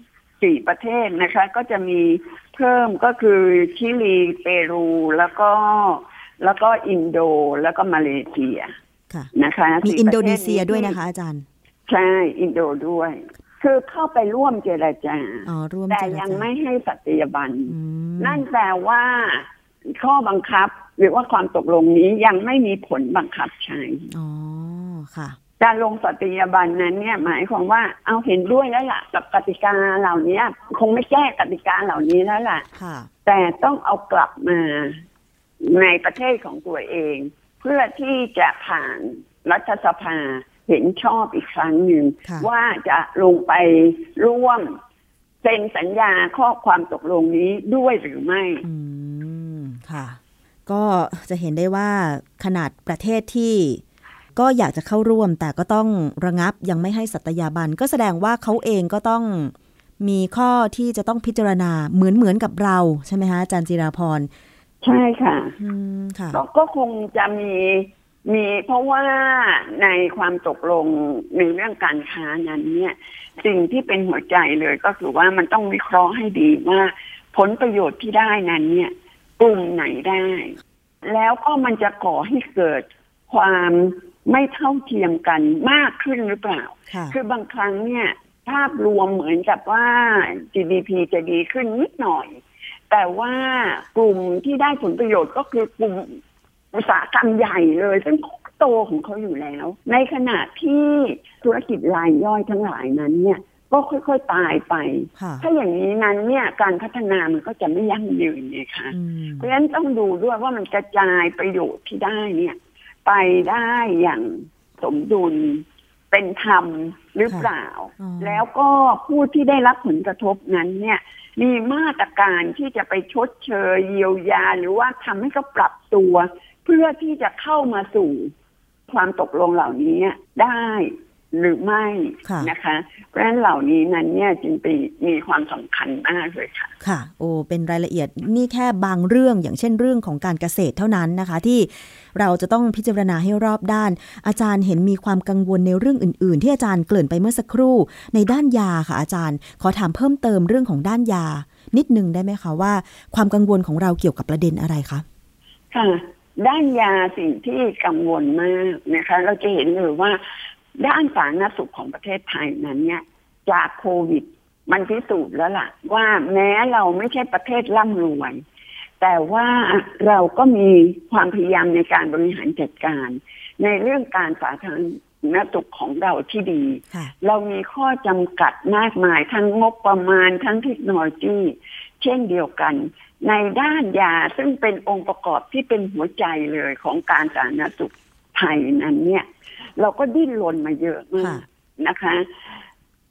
4 ประเทศนะคะก็จะมีเพิ่มก็คือชิลีเปรูแล้วก็อินโดแล้วก็มาเลเซียนะคะมีอินโดนีเซียด้วยนะคะอาจารย์ใช่อินโดด้วยคือเข้าไปร่วมเจรจาแต่ยังไม่ให้สัตยาบันนั่นแปลว่าข้อบังคับหรือว่าความตกลงนี้ยังไม่มีผลบังคับใช้อ๋อค่ะการลงสัตยาบันนั้นเนี่ยหมายความว่าเอาเห็นด้วยแล้วล่ะกับกติกาเหล่านี้คงไม่แก้กติกาเหล่านี้แล้วล่ะแต่ต้องเอากลับมาในประเทศของตัวเองเพื่อที่จะผ่านรัฐสภาเห็นชอบอีกครั้งหนึ่งว่าจะลงไปร่วมเซ็นสัญญาข้อความตกลงนี้ด้วยหรือไม่ค่ะก็จะเห็นได้ว่าขนาดประเทศที่ก็อยากจะเข้าร่วมแต่ก็ต้องระงับยังไม่ให้สัตยาบันก็แสดงว่าเขาเองก็ต้องมีข้อที่จะต้องพิจารณาเหมือนกับเราใช่ไหมคะอาจารย์จิราพรใช่ค่ะก็คงจะมีเพราะว่าในความตกลงในเรื่องการค้านั้นเนี่ยสิ่งที่เป็นหัวใจเลยก็คือว่ามันต้องวิเคราะห์ให้ดีว่าผลประโยชน์ที่ได้นั้นเนี่ยกลุ่มไหนได้แล้วก็มันจะก่อให้เกิดความไม่เท่าเทียมกันมากขึ้นหรือเปล่าคือบางครั้งเนี่ยภาพรวมเหมือนกับว่า GDP จะดีขึ้นนิดหน่อยแต่ว่ากลุ่มที่ได้ผลประโยชน์ก็คือกลุ่มอุตสาหกรรมใหญ่เลยซึ่งโตของเขาอยู่แล้วในขณะที่ธุรกิจรายย่อยทั้งหลายนั้นเนี่ยก็ค่อยๆตายไปถ้าอย่างนี้นั้นเนี่ยการพัฒนามันก็จะไม่ยั่งยืนเนี่ยค่ะเพราะฉะนั้นต้องดูด้วยว่ามันกระจายประโยชน์ที่ได้เนี่ยไปได้อย่างสมดุลเป็นธรรมหรือเปล่าแล้วก็ผู้ที่ได้รับผลกระทบนั้นเนี่ยมีมาตรการที่จะไปชดเชยเยียวยาหรือว่าทำให้เขาปรับตัวเพื่อที่จะเข้ามาสู่ความตกลงเหล่านี้ได้หรือไม่นะคะเพราะฉะนั้นเหล่านี้นั้นเนี่ยจึงมีความสำคัญมากเลยค่ะค่ะโอ้เป็นรายละเอียดนี่แค่บางเรื่องอย่างเช่นเรื่องของการเกษตรเท่านั้นนะคะที่เราจะต้องพิจารณาให้รอบด้านอาจารย์เห็นมีความกังวลในเรื่องอื่นๆที่อาจารย์เกริ่นไปเมื่อสักครู่ในด้านยาค่ะอาจารย์ขอถามเพิ่มเติมเรื่องของด้านยานิดนึงได้ไหมคะว่าความกังวลของเราเกี่ยวกับประเด็นอะไรคะค่ะด้านยาสิ่งที่กังวลมากนะคะเราจะเห็นเลยว่าด้านสาธารณสุขของประเทศไทยนั้นเนี่ยจากโควิดมันพิสูจน์แล้วล่ะว่าแม้เราไม่ใช่ประเทศร่ำรวยแต่ว่าเราก็มีความพยายามในการบริหารจัดการในเรื่องการสาธารณสุขของเราที่ดีเรามีข้อจำกัดมากมายทั้งงบประมาณทั้งเทคโนโลยีเช่นเดียวกันในด้านยาซึ่งเป็นองค์ประกอบที่เป็นหัวใจเลยของการสาธารณสุขไทยนั้นเนี่ยเราก็ดิ้นรนมาเยอะมากนะคะ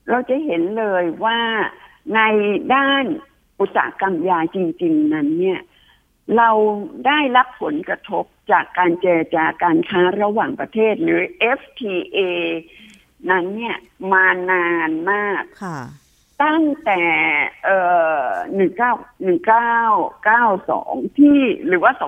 เราจะเห็นเลยว่าในด้านอุตสาหกรรมยาจริงๆนั้นเนี่ยเราได้รับผลกระทบจากการเจรจาการค้าระหว่างประเทศหรือ FTA นั้นเนี่ยมานานมากตั้งแต่1992ที่หรือว่า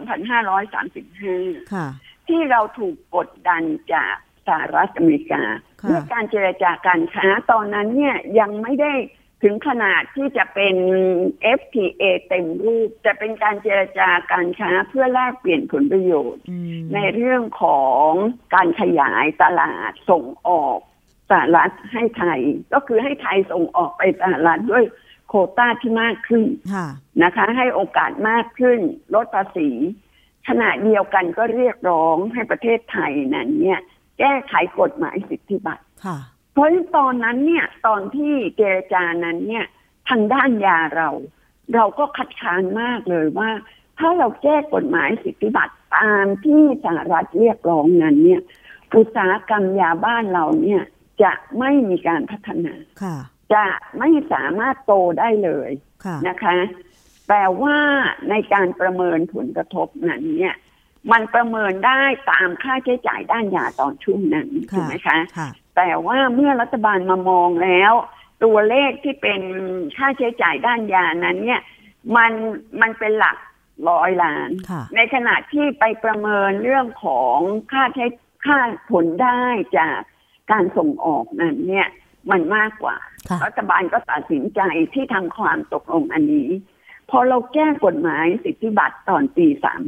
2535ที่เราถูกกดดันจากสหรัฐอเมริกาด้วยการเจรจาการค้าตอนนั้นเนี่ยยังไม่ได้ถึงขนาดที่จะเป็น FTA เต็มรูปจะเป็นการเจรจาการค้าเพื่อแลกเปลี่ยนผลประโยชน์ในเรื่องของการขยายตลาดส่งออกสหรัฐให้ไทยก็คือให้ไทยส่งออกไปสหรัฐด้วยโควต้าที่มากขึ้นนะคะให้โอกาสมากขึ้นลดภาษีขณะเดียวกันก็เรียกร้องให้ประเทศไทยนั้นเนี่ยแก้ไขกฎหมายสิทธิบัตรเพราะตอนนั้นเนี่ยตอนที่เจรจานั้นเนี่ยทางด้านยาเราก็คัดค้านมากเลยว่าถ้าเราแก้กฎหมายสิทธิบัตรตามที่สหรัฐเรียกร้องนั้นเนี่ยอุตสาหกรรมยาบ้านเราเนี่ยจะไม่มีการพัฒนาจะไม่สามารถโตได้เลยนะคะแต่ว่าในการประเมินผลกระทบนั้นเนี่ยมันประเมินได้ตามค่าใช้จ่ายด้านยาตอนช่วงนั้นถูกไหมคะแต่ว่าเมื่อรัฐบาลมามองแล้วตัวเลขที่เป็นค่าใช้จ่ายด้านยานั้นเนี่ยมันเป็นหลัก100 ล้านในขณะที่ไปประเมินเรื่องของค่าผลได้จากการส่งออกนั้นเนี่ยมันมากกว่ารัฐบาลก็ตัดสินใจที่ทำความตกลงอันนี้พอเราแก้กฎหมายสิทธิบัตรตอนปี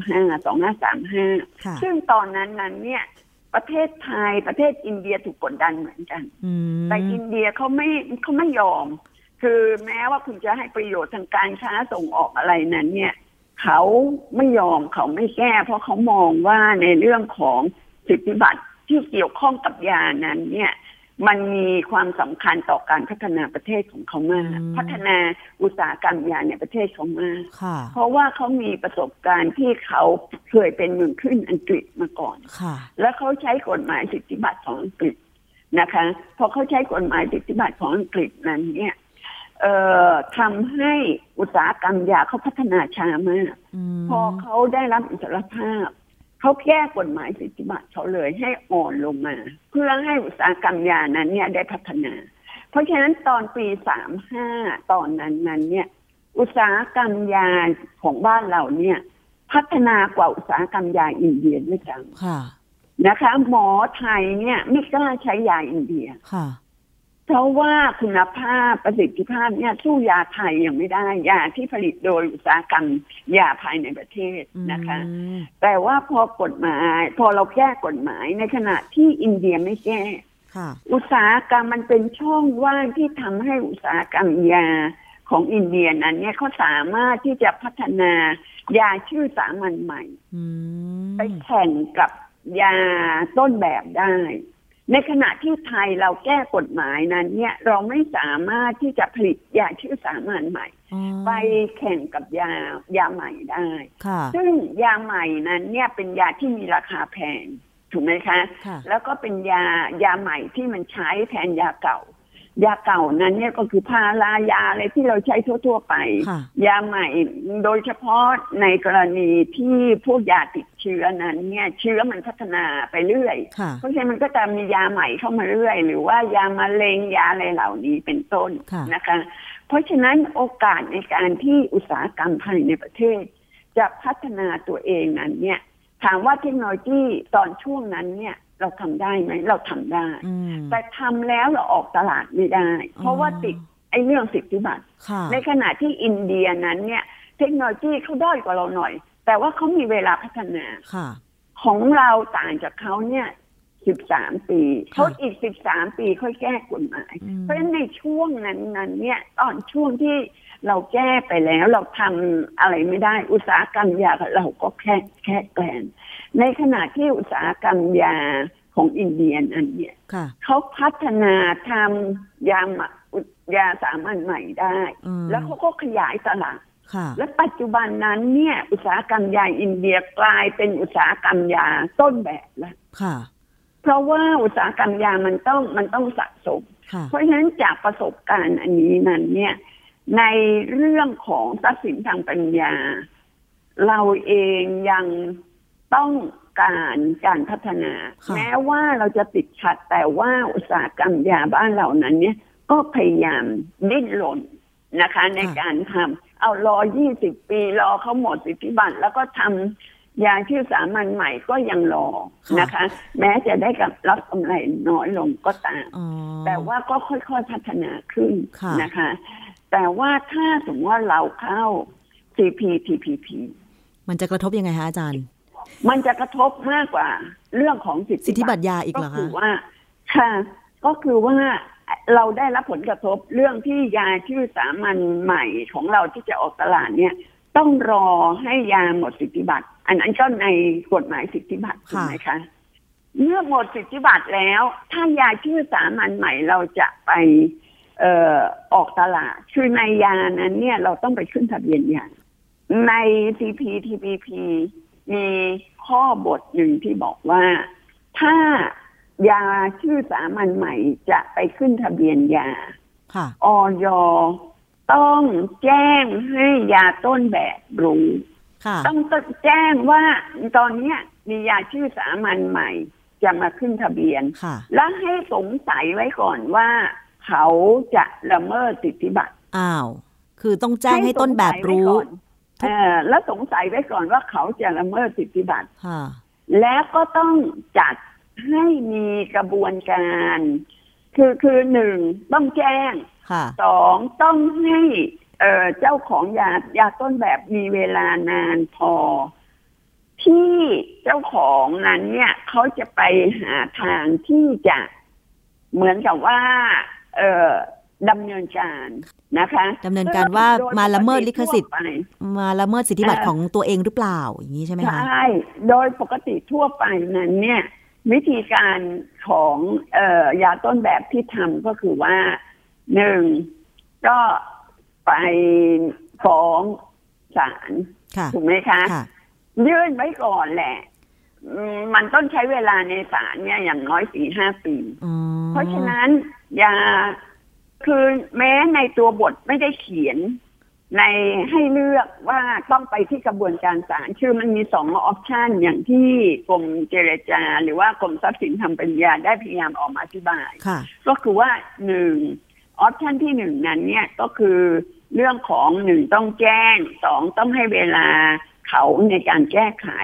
2535ซึ่งตอนนั้นเนี่ยประเทศไทยประเทศอินเดียถูกกดดันเหมือนกันแต่อินเดียเขาไม่ยอมคือแม้ว่าคุณจะให้ประโยชน์ทางการค้าส่งออกอะไรนั้นเนี่ยเขาไม่ยอมเขาไม่แก้เพราะเขามองว่าในเรื่องของสิทธิบัตรที่เกี่ยวข้องกับยานั้นเนี่ยมันมีความสำคัญต่อการพัฒนาประเทศของเขามากพัฒนาอุตสาหกรรมยาในประเทศเขามากเพราะว่าเขามีประสบการณ์ที่เขาเคยเป็นเมืองขึ้นอังกฤษมาก่อนแล้วเขาใช้กฎหมายสิทธิบัตรของอังกฤษนะคะพอเขาใช้กฎหมายสิทธิบัตรของอังกฤษนั้นเนี่ยทำให้อุตสาหกรรมยาเขาพัฒนาช้ามากพอเขาได้รับอิสรภาพเขาแก้กฎหมายสิทธิบัตรเขาเลยให้อ่อนลงมาเพื่อให้อุตสาหกรรมยานั้นเนี่ยได้พัฒนาเพราะฉะนั้นตอนปี35ตอนนั้นเนี่ยอุตสาหกรรมยาของบ้านเราเนี่ยพัฒนากว่าอุตสาหกรรมยาอินเดียด้วยซ้ำนะคะหมอไทยเนี่ยไม่กล้าใช้ยาอินเดียเพราะว่าคุณภาพประสิทธิภาพเนี่ยสู้ยาไทยยังไม่ได้ยาที่ผลิตโดยอุตสาหกรรมยาภายในประเทศนะคะแต่ว่าพอเราแก้กฎหมายในขณะที่อินเดียไม่แก้อุตสาหกรรมมันเป็นช่องว่างที่ทำให้อุตสาหกรรมยาของอินเดียนั้นเนี่ยเขาสามารถที่จะพัฒนายาชื่อสามัญใหม่ไปแข่งกับยาต้นแบบได้ในขณะที่ไทยเราแก้กฎหมายนั้นเนี่ยเราไม่สามารถที่จะผลิตยาชื่อสามัญใหม่ไปแข่งกับยาใหม่ได้ซึ่งยาใหม่นั้นเนี่ยเป็นยาที่มีราคาแพงถูกไหมคะแล้วก็เป็นยาใหม่ที่มันใช้แทนยาเก่ายาเก่านั้นเนี่ยก็คือพารายาอะไรที่เราใช้ทั่วๆไปยาใหม่โดยเฉพาะในกรณีที่พวกยาติดเชื้อนั้นเนี่ยเชื้อมันพัฒนาไปเรื่อยเพราะฉะนั้นมันก็จะมียาใหม่เข้ามาเรื่อยหรือว่ายามะเร็งยาอะไรเหล่านี้เป็นต้นนะคะเพราะฉะนั้นโอกาสในการที่อุตสาหกรรมภายในประเทศจะพัฒนาตัวเองนั้นเนี่ยถามว่าเทคโนโลยีตอนช่วงนั้นเนี่ยเราทำได้ไหมเราทำได้แต่ทำแล้วเราออกตลาดไม่ได้เพราะว่าติดเรื่องสิทธิบัตรในขณะที่อินเดียนั้นเนี่ยเทคโนโลยีเขาด้อยกว่าเราหน่อยแต่ว่าเขามีเวลาพัฒนาของเราต่างจากเขาเนี่ย13 ปีเขาอีก13 ปีค่อยแก้กฎหมายเพราะฉะนั้นในช่วงนั้นเนี่ยตอนช่วงที่เราแก้ไปแล้วเราทำอะไรไม่ได้อุตสาหกรรมยาเราก็แค่แกลนในขณะที่อุตสาหกรรมยาของอินเดียอันเนี่ยเขาพัฒนาทำยาสามัญใหม่ได้แล้วเขาก็ขยายตลาดและปัจจุบันนั้นเนี่ยอุตสาหกรรมยาอินเดียกลายเป็นอุตสาหกรรมยาต้นแบบแล้วเพราะว่าอุตสาหกรรมยามันต้องสะสมเพราะฉะนั้นจากประสบการณ์อันนี้นั้นเนี่ยในเรื่องของทรัพย์สินทางปัญญาเราเองยังต้องการพัฒนาแม้ว่าเราจะติดขัดแต่ว่าอุตสาหกรรมยาบ้านเหล่านั้นเนี่ยก็พยายามดิ้นรนนะคะในการทำเอารอ20 ปีรอเขาหมดสิทธิบัตรแล้วก็ทำยาชื่อสามัญใหม่ก็ยังรอนะคะแม้จะได้รับกำไรน้อยลงก็ตามแต่ว่าก็ค่อยๆพัฒนาขึ้นนะคะแต่ว่าถ้าสมมติว่าเราเข้า CPTPP มันจะกระทบยังไงคะอาจารย์มันจะกระทบมากกว่าเรื่องของสิทธิบัตรยาอีกเหรอคะก็คือว่าค่ะก็คือว่าเราได้รับผลกระทบเรื่องที่ยาชื่อสามัญใหม่ของเราที่จะออกตลาดเนี่ยต้องรอให้ยาหมดสิทธิบัตรอันนั้นก็ในกฎหมายสิทธิบัตรถูกไหมคะเมื่อหมดสิทธิบัตรแล้วถ้ายาชื่อสามัญใหม่เราจะไปออกตลาดคือในยานั้นเนี่ยเราต้องไปขึ้นทะเบียนยาใน CPTPP มีข้อบทหนึ่งที่บอกว่าถ้ายาชื่อสามัญใหม่จะไปขึ้นทะเบียนยาอย.ต้องแจ้งให้ยาต้นแบบรู้ต้องแจ้งว่าตอนนี้มียาชื่อสามัญใหม่จะมาขึ้นทะเบียนและให้สงสัยไว้ก่อนว่าเขาจะละเมิดสิทธิบัตรคือต้องแจ้งให้ต้นแบบรู้แล้วสงสัยไว้ก่อนว่าเขาจะละเมิดสิทธิบัตรแล้วก็ต้องจัดให้มีกระบวนการคือหนึ่งต้องแจ้งสองต้องให้เจ้าของยาต้นแบบมีเวลานานพอที่เจ้าของนั้นเนี่ยเขาจะไปหาทางที่จะเหมือนกับว่าดำเนินการนะคะดำเนินการว่ามาละเมิดลิขสิทธิ์มาละเมิดสิทธิบัตรของตัวเองหรือเปล่าอย่างนี้ใช่ไหมคะใช่โดยปกติทั่วไปนั้นเนี่ยวิธีการของยาต้นแบบที่ทำก็คือว่าหนึ่งก็ไปฟ้องศาลถูกไหมคะยื่นไว้ก่อนแหละมันต้องใช้เวลาในศาลเนี่ยอย่างน้อย 4-5 ปีเพราะฉะนั้นยาคือแม้ในตัวบทไม่ได้เขียนในให้เลือกว่าต้องไปที่กระบวนการศาลคือมันมี2 ออปชันอย่างที่กรมเจรจาหรือว่ากรมทรัพย์สินทางปัญญาได้พยายามออกมาอธิบายก็คือว่า1 ออปชันที่1นั้นเนี่ยก็คือเรื่องของ1ต้องแจ้ง2ต้องให้เวลาเขาในการแก้ไข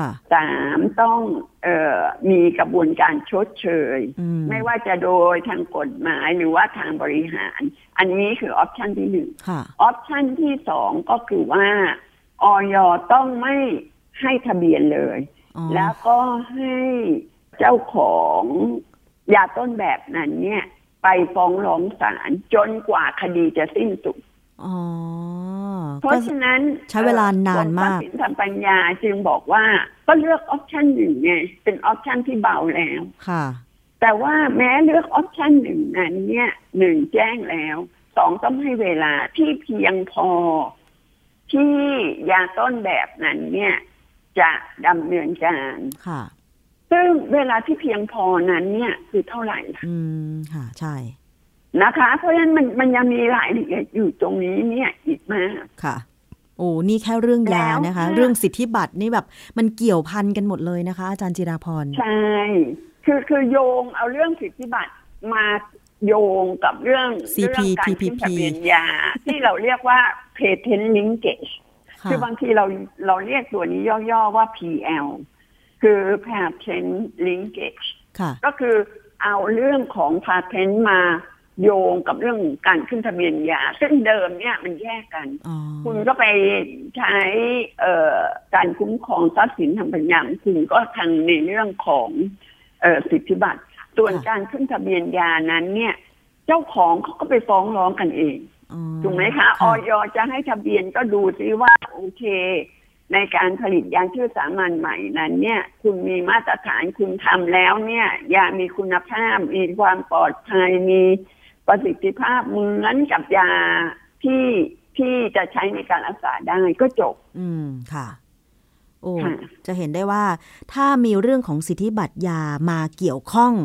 3ต้องมีกระบวนการชดเชยไม่ว่าจะโดยทางกฎหมายหรือว่าทางบริหารอันนี้คือออปชันที่1ออปชันที่2ก็คือว่าอย.ต้องไม่ให้ทะเบียนเลยแล้วก็ให้เจ้าของยาต้นแบบนั้นเนี่ยไปฟ้องร้องศาลจนกว่าคดีจะสิ้นสุดเพราะฉะนั้นใช้เวลานานมากกรมทรัพย์สินทางปัญญาจึงบอกว่าก็เลือกออปชัน1ไงเป็นออปชันที่เบาแล้วแต่ว่าแม้เลือกออปชัน1นั้นเนี่ย1แจ้งแล้ว2ต้องให้เวลาที่เพียงพอที่ยาต้นแบบนั้นเนี่ยจะดำเนินการซึ่งเวลาที่เพียงพอนั้นเนี่ยคือเท่าไหร่ค่ะใช่นะคะเพราะฉะนั้นมันยังมีรายละเอียดอยู่ตรงนี้เนี่ยอีกมากค่ะโอ้นี่แค่เรื่องยานะคะเรื่องสิทธิบัตรนี่แบบมันเกี่ยวพันกันหมดเลยนะคะอาจารย์จิราพรใช่คือโยงเอาเรื่องสิทธิบัตรมาโยงกับเรื่องการขึ้นทะเบียนยาที่เราเรียกว่า patent linkage คือบางทีเราเรียกตัวนี้ย่อๆว่า PL คือ patent linkage ก็คือเอาเรื่องของ patent มาโยงกับเรื่องการขึ้นทะเบียนยาซึ่งเดิมเนี่ยมันแยกกันคุณก็ไปใช้การคุ้มครองทรัพย์สินทางปัญญาคุณก็ทางในเรื่องของสิทธิบัตรส่วนการขึ้นทะเบียนยานั้นเนี่ยเจ้าของเขาก็ไปฟ้องร้องกันเองถูกไหมคะอย.จะให้ทะเบียนก็ดูซิว่าโอเคในการผลิตยาชื่อสามัญใหม่นั้นเนี่ยคุณมีมาตรฐานคุณทำแล้วเนี่ยยามีคุณภาพมีความปลอดภัยมีประสิทธิภาพเหมือนกับยาที่จะใช้ในการรักษาได้ก็จบค่ะโอ้จะเห็นได้ว่าถ้ามีเรื่องของสิทธิบัตรยามาเกี่ยวข้อง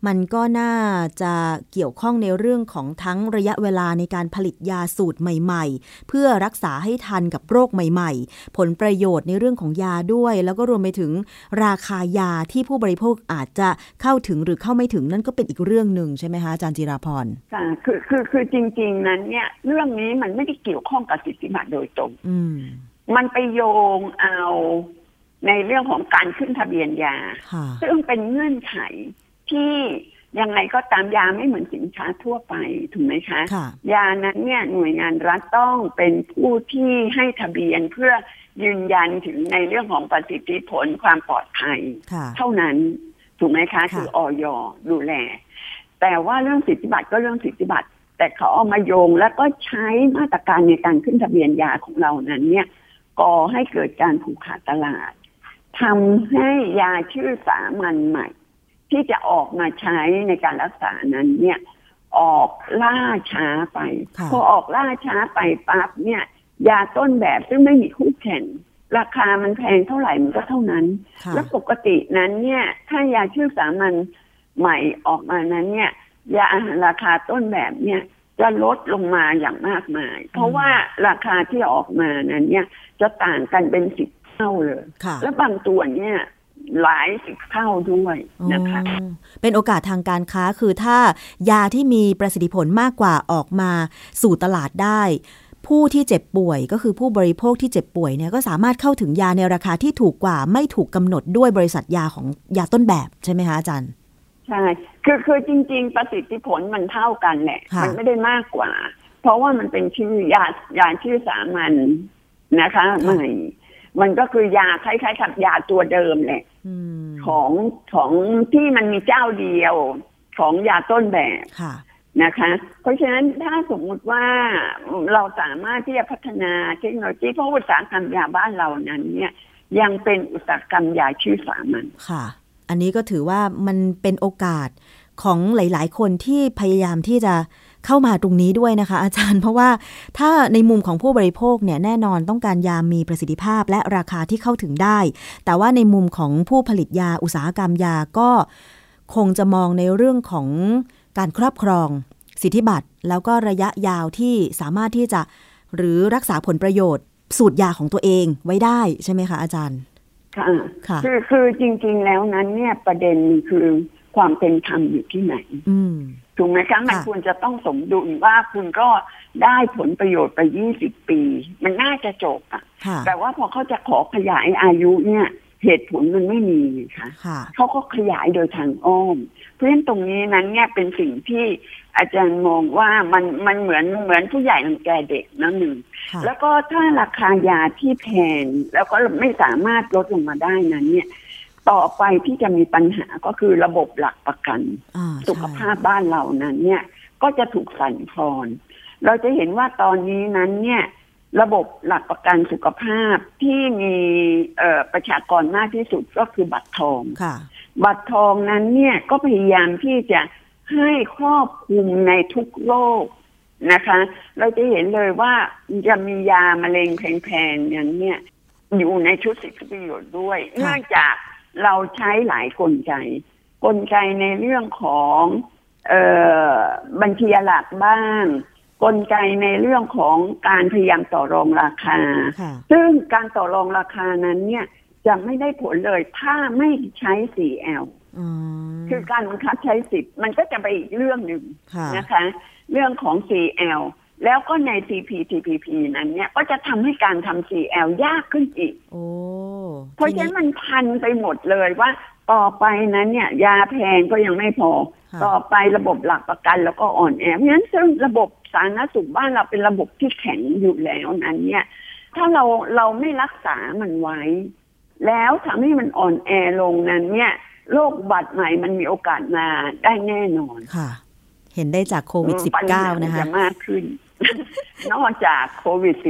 มันก็น่าจะเกี่ยวข้องในเรื่องของทั้งระยะเวลาในการผลิตยาสูตรใหม่ๆเพื่อรักษาให้ทันกับโรคใหม่ๆผลประโยชน์ในเรื่องของยาด้วยแล้วก็รวมไปถึงราคายาที่ผู้บริโภคอาจจะเข้าถึงหรือเข้าไม่ถึงนั่นก็เป็นอีกเรื่องนึงใช่ไหมคะอาจารย์จิราพรค่ะคือจริงๆนั้นเนี่ยเรื่องนี้มันไม่ได้เกี่ยวข้องกับสิทธิบัตรโดยตรงมันไปโยงเอาในเรื่องของการขึ้นทะเบียนยาซึ่งเป็นเงื่อนไขที่ยังไงก็ตามยาไม่เหมือนสินค้าทั่วไปถูกไหมคะยานั้นเนี่ยหน่วยงานรัฐต้องเป็นผู้ที่ให้ทะเบียนเพื่อยืนยันถึงในเรื่องของประสิทธิผลความปลอดภัยเท่านั้นถูกไหมคะคืออย.ดูแลแต่ว่าเรื่องสิทธิบัตรก็เรื่องสิทธิบัตรแต่เขาเอามาโยงแล้วก็ใช้มาตรการในการขึ้นทะเบียนยาของเรานั้นเนี่ยก่อให้เกิดการผูกขาดตลาดทำให้ยาชื่อสามัญใหม่ที่จะออกมาใช้ในการรักษานั้นเนี่ยออกล่าช้าไปพอออกล่าช้าไปปั๊บเนี่ยยาต้นแบบซึ่งไม่มีคู่แข่งราคามันแพงเท่าไหร่มันก็เท่านั้นแล้วปกตินั้นเนี่ยถ้ายาชื่อสามัญใหม่ออกมานั้นเนี่ยยาราคาต้นแบบเนี่ยจะลดลงมาอย่างมากมายเพราะว่าราคาที่ออกมานั้นเนี่ยจะต่างกันเป็น10 เท่าเลยและบางตัวเนี่ยหลาย10 เท่าด้วยนะคะเป็นโอกาสทางการค้าคือถ้ายาที่มีประสิทธิผลมากกว่าออกมาสู่ตลาดได้ผู้ที่เจ็บป่วยก็คือผู้บริโภคที่เจ็บป่วยเนี่ยก็สามารถเข้าถึงยาในราคาที่ถูกกว่าไม่ถูกกำหนดด้วยบริษัทยาของยาต้นแบบใช่ไหมคะอาจารย์ใช่คือจริงๆประสิทธิผลมันเท่ากันแหละมันไม่ได้มากกว่าเพราะว่ามันเป็นชื่อยาชื่อสามัญนะคะใหม่มันก็คือยาคล้ายๆกับยาตัวเดิมแหละของที่มันมีเจ้าเดียวของยาต้นแบบนะคะเพราะฉะนั้นถ้าสมมุติว่าเราสามารถที่จะพัฒนาเทคโนโลยีเพราะอุตสาหกรรมยาบ้านเรานั้นเนี่ยยังเป็นอุตสาหกรรมยาชื่อสามัญค่ะอันนี้ก็ถือว่ามันเป็นโอกาสของหลายๆคนที่พยายามที่จะเข้ามาตรงนี้ด้วยนะคะอาจารย์เพราะว่าถ้าในมุมของผู้บริโภคเนี่ยแน่นอนต้องการยามีประสิทธิภาพและราคาที่เข้าถึงได้แต่ว่าในมุมของผู้ผลิตยาอุตสาหกรรมยาก็คงจะมองในเรื่องของการครอบครองสิทธิบัตรแล้วก็ระยะยาวที่สามารถที่จะหรือรักษาผลประโยชน์สูตรยาของตัวเองไว้ได้ใช่ไหมคะอาจารย์ค่ะคือจริงๆแล้วนั้นเนี่ยประเด็นคือความเป็นธรรมอยู่ที่ไหนถูกไหมคะมันควรจะต้องสมดุลว่าคุณก็ได้ผลประโยชน์ไป20 ปีมันน่าจะจบแต่ว่าพอเขาจะขอขยายอายุเนี่ยเหตุผลมันไม่มีค่ะเขาก็ขยายโดยทางอ้อมเพราะฉะนั้นตรงนี้นั้นเนี่ยเป็นสิ่งที่อาจารย์มองว่ามันเหมือนผู้ใหญ่รังแกเด็กนั่นหนึ่งแล้วก็ถ้าราคายาที่แพงแล้วก็ไม่สามารถลดลงมาได้นั้นเนี่ยต่อไปที่จะมีปัญหาก็คือระบบหลักประกันสุขภาพบ้านเรานั้นเนี่ยก็จะถูกสั่นคลอนเราจะเห็นว่าตอนนี้นั้นเนี่ยระบบหลักประกันสุขภาพที่มีประชากรมากที่สุดก็คือบัตรทองบัตรทองนั้นเนี่ยก็พยายามที่จะให้ครอบคลุมในทุกโรคนะคะเราจะเห็นเลยว่าจะมียามะเร็งแพงๆอย่างเนี้ยอยู่ในชุดสิทธิประโยชน์ด้วยเนื่องจากเราใช้หลายกลไกในเรื่องของบัญชีหลักบ้างกลไกในเรื่องของการพยายามต่อรองราคาซึ่งการต่อรองราคานั้นเนี่ยจะไม่ได้ผลเลยถ้าไม่ใช้ 4L คือการบังคับใช้สิทธิ์มันก็จะไปอีกเรื่องหนึ่งนะคะเรื่องของ 4L แล้วก็ใน CPTPP นั้นเนี่ยก็จะทำให้การทำ 4L ยากขึ้นอีกเพราะฉะนั้นมันพันไปหมดเลยว่าต่อไปนั้นเนี่ยยาแพงก็ยังไม่พอต่อไประบบหลักประกันแล้วก็อ่อนแอเพราะฉะนั้นซึ่งระบบสาธารณสุขบ้านเราเป็นระบบที่แข็งอยู่แล้วนั้นเนี่ยถ้าเราไม่รักษามันไว้แล้วทำให้มันอ่อนแอลงนั้นเนี่ยโรคอุบัติใหม่มันมีโอกาสมาได้แน่นอนค่ะเห็นได้จากโควิด -19 นะคะจะมากขึ้น นอกจากโควิด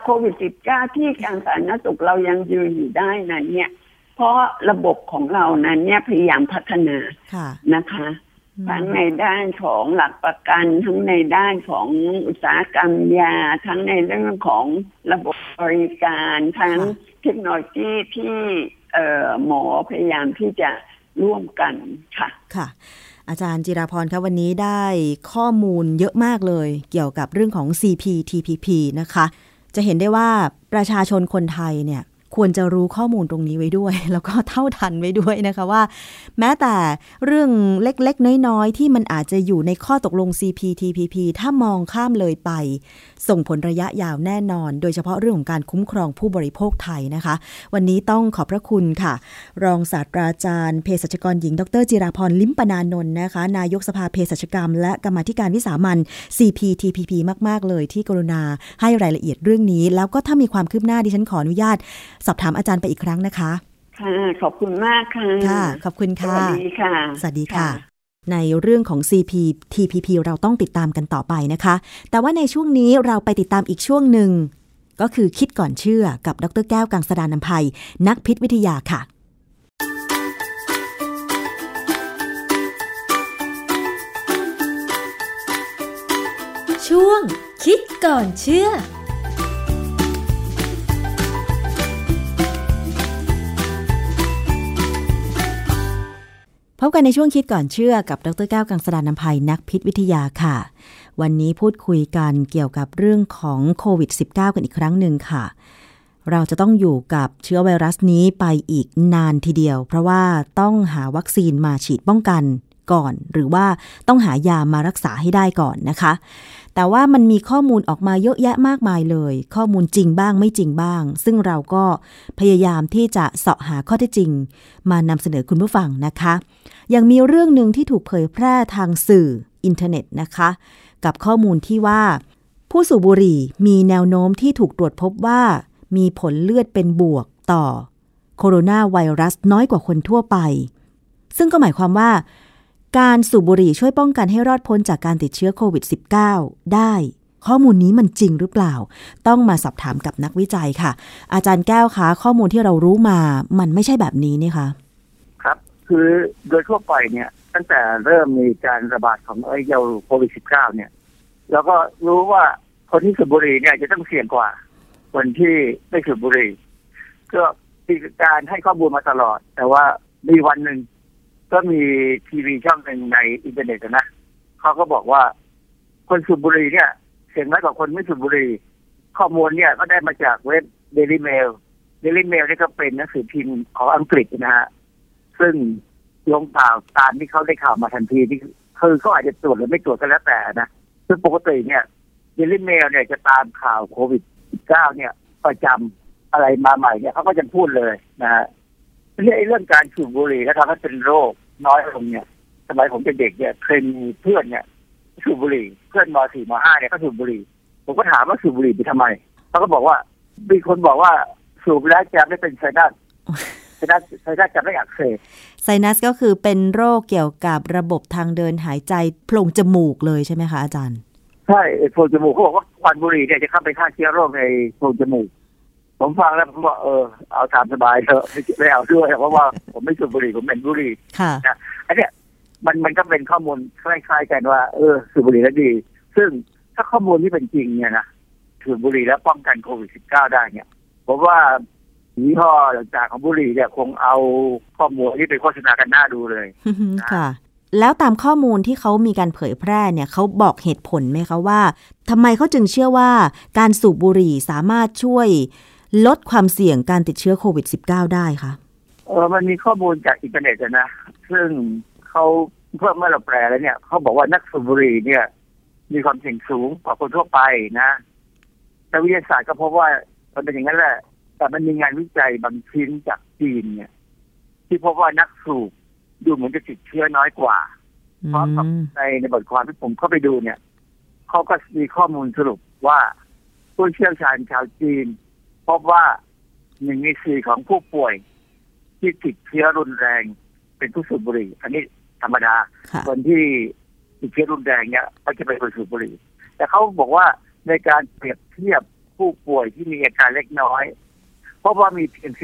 -19 ที่การสาธารณสุขเรายังยืนอยู่ได้นั้นเนี่ยเพราะระบบของเรานั้นเนี่ยพยายามพัฒนานะคะทั้งในด้านของหลักประกันทั้งในด้านของอุตสาหกรรมยาทั้งในเรื่องของระบบบริการทั้งเทคโนโลยีที่หมอพยายามที่จะร่วมกันค่ะอาจารย์จิราพรคะวันนี้ได้ข้อมูลเยอะมากเลยเกี่ยวกับเรื่องของ CPTPP นะคะจะเห็นได้ว่าประชาชนคนไทยเนี่ยควรจะรู้ข้อมูลตรงนี้ไว้ด้วยแล้วก็เท่าทันไว้ด้วยนะคะว่าแม้แต่เรื่องเล็กๆน้อยๆที่มันอาจจะอยู่ในข้อตกลง CPTPP ถ้ามองข้ามเลยไปส่งผลระยะยาวแน่นอนโดยเฉพาะเรื่องของการคุ้มครองผู้บริโภคไทยนะคะวันนี้ต้องขอบพระคุณค่ะรองศาสตราจารย์เภสัชกรหญิงดรจิราพรลิ้มปนานนท์นะคะนายกสภาเภสัชกรรมและกรรมาธิการวิสามัญ CPTPP มากๆเลยที่กรุณาให้รายละเอียดเรื่องนี้แล้วก็ถ้ามีความคืบหน้าดิฉันขออนุญาตสอบถามอาจารย์ไปอีกครั้งนะคะค่ะขอบคุณมากค่ะค่ะขอบคุณค่ะสวัสดีค่ะสวัสดีค่ะในเรื่องของ CPTPP เราต้องติดตามกันต่อไปนะคะแต่ว่าในช่วงนี้เราไปติดตามอีกช่วงหนึ่งก็คือคิดก่อนเชื่อกับดร.แก้วกังสดาลอำไพนักพิษวิทยาค่ะช่วงคิดก่อนเชื่อพบกันในช่วงคิดก่อนเชื่อกับดร.แก้วกังสดาลอำไพนักพิษวิทยาค่ะวันนี้พูดคุยกันเกี่ยวกับเรื่องของโควิด -19 กันอีกครั้งหนึ่งค่ะเราจะต้องอยู่กับเชื้อไวรัสนี้ไปอีกนานทีเดียวเพราะว่าต้องหาวัคซีนมาฉีดป้องกันก่อนหรือว่าต้องหายามารักษาให้ได้ก่อนนะคะแต่ว่ามันมีข้อมูลออกมาเยอะแยะมากมายเลยข้อมูลจริงบ้างไม่จริงบ้างซึ่งเราก็พยายามที่จะเสาะหาข้อเท็จจริงมานำเสนอคุณผู้ฟังนะคะยังมีเรื่องนึงที่ถูกเผยแพร่ทางสื่ออินเทอร์เน็ตนะคะกับข้อมูลที่ว่าผู้สูบบุหรี่มีแนวโน้มที่ถูกตรวจพบว่ามีผลเลือดเป็นบวกต่อโคโรนาไวรัสน้อยกว่าคนทั่วไปซึ่งก็หมายความว่าการสูบบุหรี่ช่วยป้องกันให้รอดพ้นจากการติดเชื้อโควิด -19 ได้ข้อมูลนี้มันจริงหรือเปล่าต้องมาสอบถามกับนักวิจัยค่ะอาจารย์แก้วคะข้อมูลที่เรารู้มามันไม่ใช่แบบนี้นี่คะครับคือโดยทั่วไปเนี่ยตั้งแต่เริ่มมีการระบาดของโควิด -19 เนี่ยเราก็รู้ว่าคนที่สูบบุหรี่เนี่ยจะต้องเสี่ยงกว่าคนที่ไม่สูบบุหรี่ก็มีการให้ข้อมูลมาตลอดแต่ว่ามีวันหนึ่งก็มีทีวีช่องหนึ่งในอินเทอร์เน็ตนะเขาก็บอกว่าคนสูบบุหรี่เนี่ยเสี่ยงน้อยกว่าคนไม่สูบบุหรี่ข้อมูลเนี่ยก็ได้มาจากเว็บ Daily Mail นี่ก็เป็นหนังสือพิมพ์ของอังกฤษนะฮะซึ่งลงข่าวตามที่เขาได้ข่าวมาทันทีที่คือเขาอาจจะตรวจหรือไม่ตรวจก็แล้วแต่นะซึ่งปกติเนี่ย Daily Mail เนี่ยจะตามข่าวโควิด -19 เนี่ยประจำอะไรมาใหม่เนี่ยเขาก็จะพูดเลยนะฮะเรื่องการสูบบุหรี่แล้วทำให้เป็นโรคน้อยลงเนี่ยสมัยผมเป็นเด็กเนี่ยเคยมีเพื่อนเนี่ยสูบบุหรี่เพื่อนม.4 ม.5 เนี่ยก็สูบบุหรี่ผมก็ถามว่าสูบบุหรี่ไปทำไมเขาก็บอกว่ามีคนบอกว่าสูบแล้วจะไม่เป็นไซนัสจะไม่อักเสบไซนัสก็คือเป็นโรคเกี่ยวกับระบบทางเดินหายใจโพรงจมูกเลยใช่ไหมคะอาจารย์ใช่โพรงจมูกเขาบอกว่าควันบุหรี่เนี่ยจะเข้าไปฆ่าเชื้อโรคในโพรงจมูกผมฟังแล้วผมบอกเอาตามสบายเถอะไม่เอาด้วยเพราะว่าผมไม่สูบบุหรี่ผมเป็นบุหรี่นะอันเนี้ยมันก็เป็นข้อมูลคล้ายๆกันว่าสูบบุหรี่แล้วดีซึ่งถ้าข้อมูลที่เป็นจริงเนี่ยนะสูบบุหรี่แล้วป้องกันโควิด -19 ได้เนี่ยผมว่ายี่ห้อต่างๆของบุหรี่เนี่ยคงเอาข้อมูลที่เป็นโฆษณากันหน้าดูเลยค่ะแล้วตามข้อมูลที่เขามีการเผยแพร่เนี่ยเขาบอกเหตุผลไหมคะว่าทำไมเขาจึงเชื่อว่าการสูบบุหรี่สามารถช่วยลดความเสี่ยงการติดเชื้อโควิด -19 ได้คะมันมีข้อมูลจากอินเทอร์เน็ตนะซึ่งเขาเพิ่มเมื่อเราแปลแล้วเนี่ยเขาบอกว่านักสูบบุหรี่เนี่ยมีความเสี่ยงสูงกว่าคนทั่วไปนะแต่วิทยาศาสตร์ก็พบว่ามันเป็นอย่างนั้นแหละแต่มันมีงานวิจัยบางชิ้นจากจีนเนี่ยที่พบว่านักสูบดูเหมือนจะติดเชื้อน้อยกว่าเพราะในบทความที่ผมเข้าไปดูเนี่ยเขาก็มีข้อมูลสรุปว่าผู้เชี่ยวชาญชาวจีนพบว่า1 ใน 4ของผู้ป่วยที่ติดเชื้อรุนแรงเป็นผู้สูบบุหรี่อันนี้ธรรมดาคนที่ติดเชื้อรุนแรงเนี่ยก็จะเป็นคนสูบบุหรี่แต่เขาบอกว่าในการเปรียบเทียบผู้ป่วยที่มีอาการเล็กน้อยเพราะว่ามีเพียง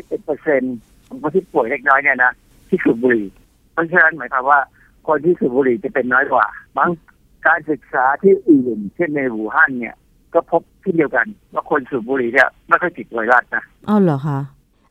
11% ของคนที่ป่วยเล็กน้อยเนี่ยนะที่สูบบุหรี่เพราะฉะนั้นหมายความว่าคนที่สูบบุหรี่จะเป็นน้อยกว่าบางการศึกษาที่อื่นเช่นในอู่ฮั่นเนี่ยก็พบที่เดียวกันว่าคนสูบบุหรี่เนี่ยไม่ค่อยติดไวรัสนะเหรอคะ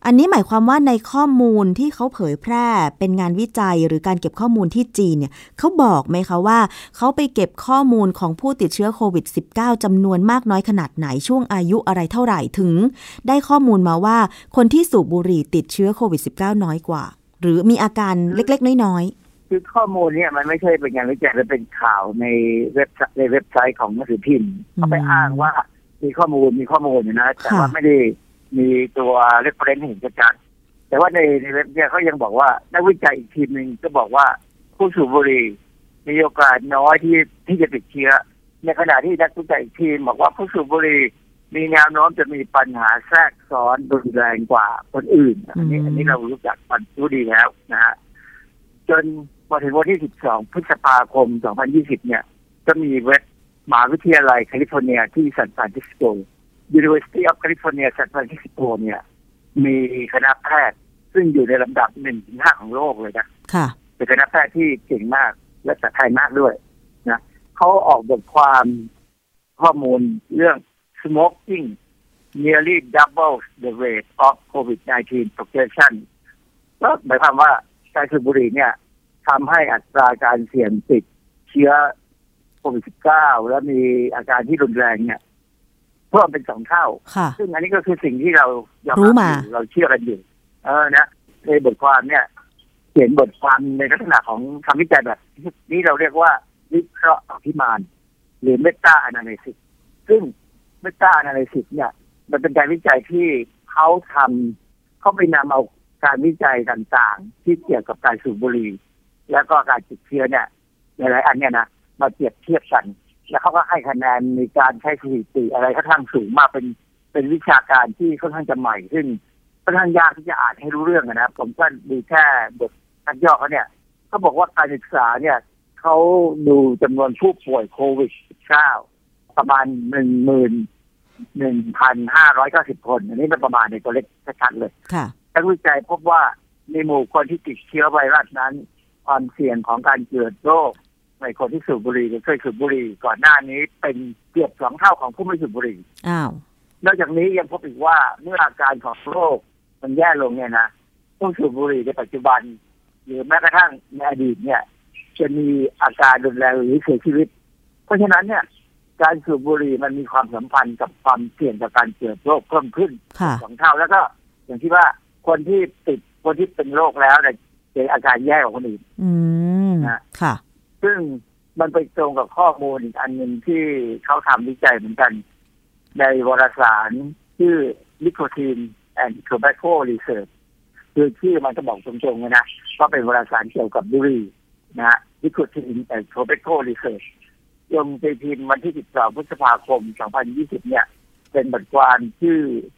อันนี้หมายความว่าในข้อมูลที่เขาเผยแพร่เป็นงานวิจัยหรือการเก็บข้อมูลที่จีนเนี่ยเขาบอกไหมคะว่าเขาไปเก็บข้อมูลของผู้ติดเชื้อโควิด -19 จำนวนมากน้อยขนาดไหนช่วงอายุอะไรเท่าไหร่ถึงได้ข้อมูลมาว่าคนที่สูบบุหรี่ติดเชื้อโควิด -19 น้อยกว่าหรือมีอาการเล็กๆน้อยๆคือข้อมูลเนี่ยมันไม่ใช่เป็นงานวิจัยมันเป็นข่าวในเว็บไซต์ของหนังสือพิมพ์เขาไปอ้างว่ามีข้อมูลอยู่นะแต่ว่าไม่ได้มีตัว reference ให้เห็นชัดๆแต่ว่าในเว็บเนี่ยเขายังบอกว่านักวิจัยอีกทีมหนึ่งก็บอกว่าผู้สูบบุหรี่มีโอกาสน้อยที่จะติดเชื้อในขณะที่นักวิจัยอีกทีมบอกว่าผู้สูบบุหรี่มีแนวโน้มจะมีปัญหาแทรกซ้อนรุนแรงกว่าคนอื่นอันนี้เรารู้จักมันรู้ดีแล้วนะฮะจนพอถึงวันที่12พฤษภาคม2020เนี่ยก็มีเว็บมหาวิทยาลัยแคลิฟอร์เนียที่ซานฟรานซิสโกUniversity of California San Francisco เนี่ยมีคณะแพทย์ซึ่งอยู่ในลำดับ 1-5 ของโลกเลยนะเป็นคณะแพทย์ที่เก่งมากและสะไทยมากด้วยนะเขาออกบทความข้อมูลเรื่อง smoking nearly doubles the rate of COVID-19 progression ก็หมายความว่าการสูบบุหรี่เนี่ยทำให้อัตราการเสี่ยงติดเชื้อโควิด -19 และมีอาการที่รุนแรงเนี่ยเพิ่มเป็น2 เท่าซึ่งอันนี้ก็คือสิ่งที่เรารู้มาเราเชื่อกันอยู่นะในบทความเนี่ยเขียนบทความในลักษณะของทำวิจัยแบบนี้เราเรียกว่าวิเคราะห์อภิมานหรือ Meta Analysis ซึ่ง Meta Analysis เนี่ยมันเป็นการวิจัยที่เขาไปนำเอาการวิจัยต่างๆที่เกี่ยวกับการสูบบุหรี่แล้วก็การติดเชื้อเนี่ยหลายๆอันเนี่ยนะมาเปรียบเทียบกันแล้วเขาก็ให้คะแนนมีการใช้สถิติอะไรค่อนข้างสูงมากเป็นวิชาการที่ค่อนข้างจะใหม่ซึ่งค่อนข้างยากที่จะอ่านให้รู้เรื่องนะผมก็ดูแค่บทคัดย่อเขาเนี่ยเขาบอกว่าการศึกษาเนี่ยเขาดูจำนวนผู้ป่วยโควิด -19 ประมาณ 11,590 คนอันนี้เป็นประมาณในตัวเลขชัดๆเลยนักวิจัยพบว่าในหมู่คนที่ติดเชื้อไวรัสนั้นความเสี่ยงของการเกิดโรคในคนที่สูบบุหรี่หรือเคยสูบบุหรี่ก่อนหน้านี้เป็นเกือบ2 เท่าของผู้ไม่สูบบุหรี่นอกจากนี้ยังพบอีกว่าเมื่ออาการของโรคมันแย่ลงเนี่ยนะผู้สูบบุหรี่ในปัจจุบันหรือแม้กระทั่งในอดีตเนี่ยจะมีอาการรุนแรงหรือเสียชีวิตเพราะฉะนั้นเนี่ยการสูบบุหรี่มันมีความสัมพันธ์กับความเสี่ยงต่อการเกิดโรคเพิ่มขึ้น2 เท่าแล้วก็อย่างที่ว่าคนที่เป็นโรคแล้วเนี่ยจะอาการแย่กว่าคนอื่นนะซึ่งมันไปตรงกับข้อมูลอีกอันหนึ่งที่เขาทำวิจัยเหมือนกันในวารสารชื่อ Nicotine and Tobacco Research คือชื่อมันจะบอกตรงๆเลยนะว่าเป็นวารสารเกี่ยวกับบุหรี่นะ Nicotine and Tobacco Research ลงในพิมพ์วันที่12พฤษภาคม2020เนี่ยเป็นบทความชื่อ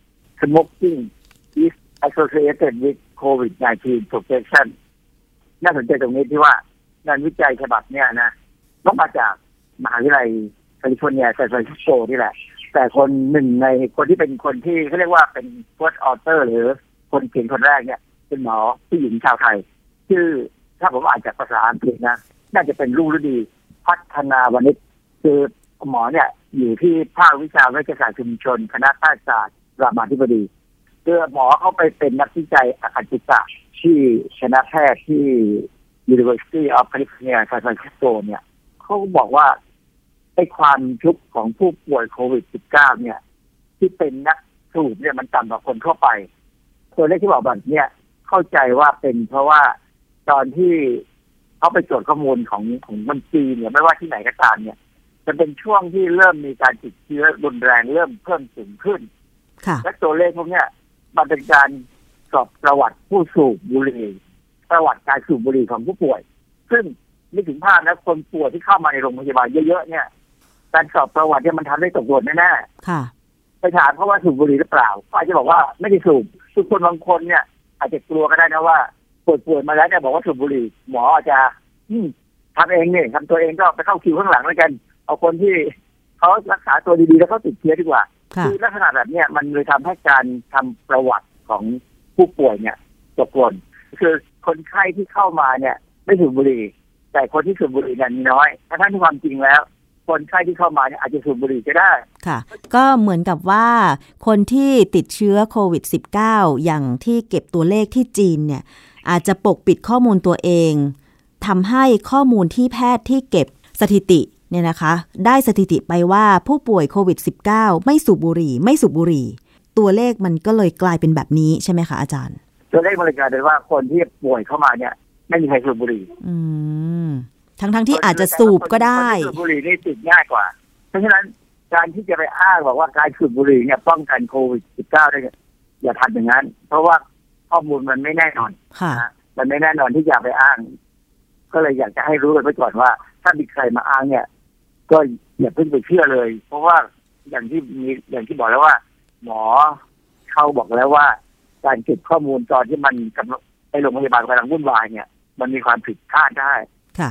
Smoking is associated with COVID-19 progression น่าสนใจตรงนี้ที่ว่างานวิจัยฉบับเนี่ยนะก็มาจากมหาวิทยาลัยแคลิฟอร์เนียซานฟรานซิสโกนี่แหละแต่คนหนึ่งในคนที่เป็นคนที่เขาเรียกว่าเป็น first author หรือคนเขียนคนแรกเนี่ยเป็นหมอผู้หญิงชาวไทยชื่อถ้าผมอ่านจากภาษาอังกฤษนะน่าจะเป็นรุ่งฤดีพัฒนาวณิชคือหมอเนี่ยอยู่ที่ภาควิชาเวชศาสตร์ชุมชนคณะแพทยศาสตร์รามาธิบดีคือหมอเขาไปเป็นนักวิจัยอาคารศึกษาที่คณะแพทย์ที่ University of California San Francisco เนี่ยเขาบอกว่าไอ้ความทุกข์ของผู้ป่วยโควิด -19 เนี่ยที่เป็นนักสูบเนี่ยมันต่ำกว่าคนทั่วไปตัวเลขที่บอกแบบนี้เข้าใจว่าเป็นเพราะว่าตอนที่เขาไปตรวจข้อมูลของคนจีนเนี่ยไม่ว่าที่ไหนก็ตามเนี่ยจะเป็นช่วงที่เริ่มมีการติดเชื้อรุนแรงเริ่มเพิ่มสูงขึ้นและตัวเลขพวกนี้มันเป็นการสอบประวัติผู้สูบบุหรี่ประวัติการสูบบุหรี่ของผู้ป่วยซึ่งนึกถึงภาพนะคนป่วยที่เข้ามาในโรงพยาบาลเยอะๆเนี่ยการสอบประวัติเนี่ยมันทำได้ตกหล่นแน่ๆไปถามเขาว่าสูบบุหรี่หรือเปล่าเขาอาจจะบอกว่าไม่ได้สูบทุกคนบางคนเนี่ยอาจจะกลัวก็ได้นะว่าป่วยมาแล้วเนี่ยบอกว่าสูบบุหรี่หมออาจจะทำเองเนี่ยทำตัวเองก็ไปเข้าคิวข้างหลังแล้วกันเอาคนที่เขารักษาตัวดีๆแล้วเขาติดเชื้อดีกว่าคือลักษณะแบบนี้มันเลยทำให้การทำประวัติของผู้ป่วยเนี่ยตกหล่นคือคนไข้ที่เข้ามาเนี่ยไม่สูบบุหรี่แต่คนที่สูบบุหรี่เนี่ยมีน้อยทั้งที่ความจริงแล้วคนไข้ที่เข้ามาเนี่ยอาจจะสูบบุหรี่ก็ได้ค่ะก็เหมือนกับว่าคนที่ติดเชื้อโควิด -19 อย่างที่เก็บตัวเลขที่จีนเนี่ยอาจจะปกปิดข้อมูลตัวเองทำให้ข้อมูลที่แพทย์ที่เก็บสถิติเนี่ยนะคะได้สถิติไปว่าผู้ป่วยโควิด -19 ไม่สูบบุหรี่ตัวเลขมันก็เลยกลายเป็นแบบนี้ใช่ไหมคะอาจารย์ตัวเลขมันเลยกลายเป็นว่าคนที่ป่วยเข้ามาเนี่ยไม่มีใครสูบบุหรี่ทั้งที่อาจจะสูบก็ได้สูบบุหรี่นี่ติดง่ายกว่าเพราะฉะนั้นการที่จะไปอ้างบอกว่าการสูบบุหรี่เนี่ยป้องกันโควิด -19 ได้อย่าทำอย่างนั้นเพราะว่าข้อมูลมันไม่แน่นอนค่ะมันไม่แน่นอนที่จะไปอ้างก็เลยอยากจะให้รู้ไว้ก่อนว่าถ้ามีใครมาอ้างเนี่ยก็อย่าเพิ่งไปเชื่อเลยเพราะว่าอย่างที่บอกแล้วว่าหมอเขาบอกแล้วว่าการเก็บข้อมูลตอนที่มันไปโรงพยาบาลกำลังวุ่นวายเนี่ยมันมีความผิดพลาดได้ค่ะ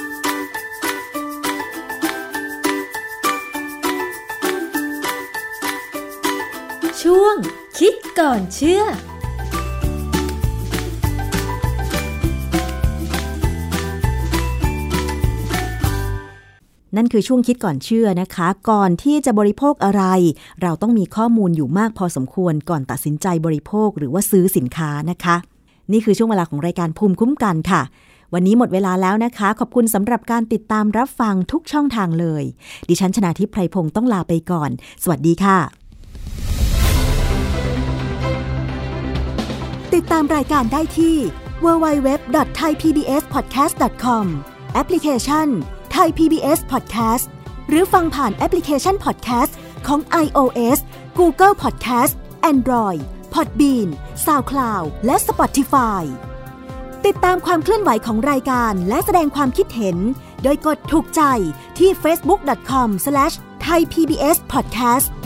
ช่วงคิดก่อนเชื่อนั่นคือช่วงคิดก่อนเชื่อนะคะก่อนที่จะบริโภคอะไรเราต้องมีข้อมูลอยู่มากพอสมควรก่อนตัดสินใจบริโภคหรือว่าซื้อสินค้านะคะนี่คือช่วงเวลาของรายการภูมิคุ้มกันค่ะวันนี้หมดเวลาแล้วนะคะขอบคุณสำหรับการติดตามรับฟังทุกช่องทางเลยดิฉันชนาธิป ไพรพงศ์ต้องลาไปก่อนสวัสดีค่ะติดตามรายการได้ที่ www.thaipbspodcast.com แอปพลิเคชัน Thai PBS Podcast หรือฟังผ่านแอปพลิเคชัน Podcast ของ iOS Google Podcast Android Podbean SoundCloud และ Spotify ติดตามความเคลื่อนไหวของรายการและแสดงความคิดเห็นโดยกดถูกใจที่ facebook.com/thaipbspodcast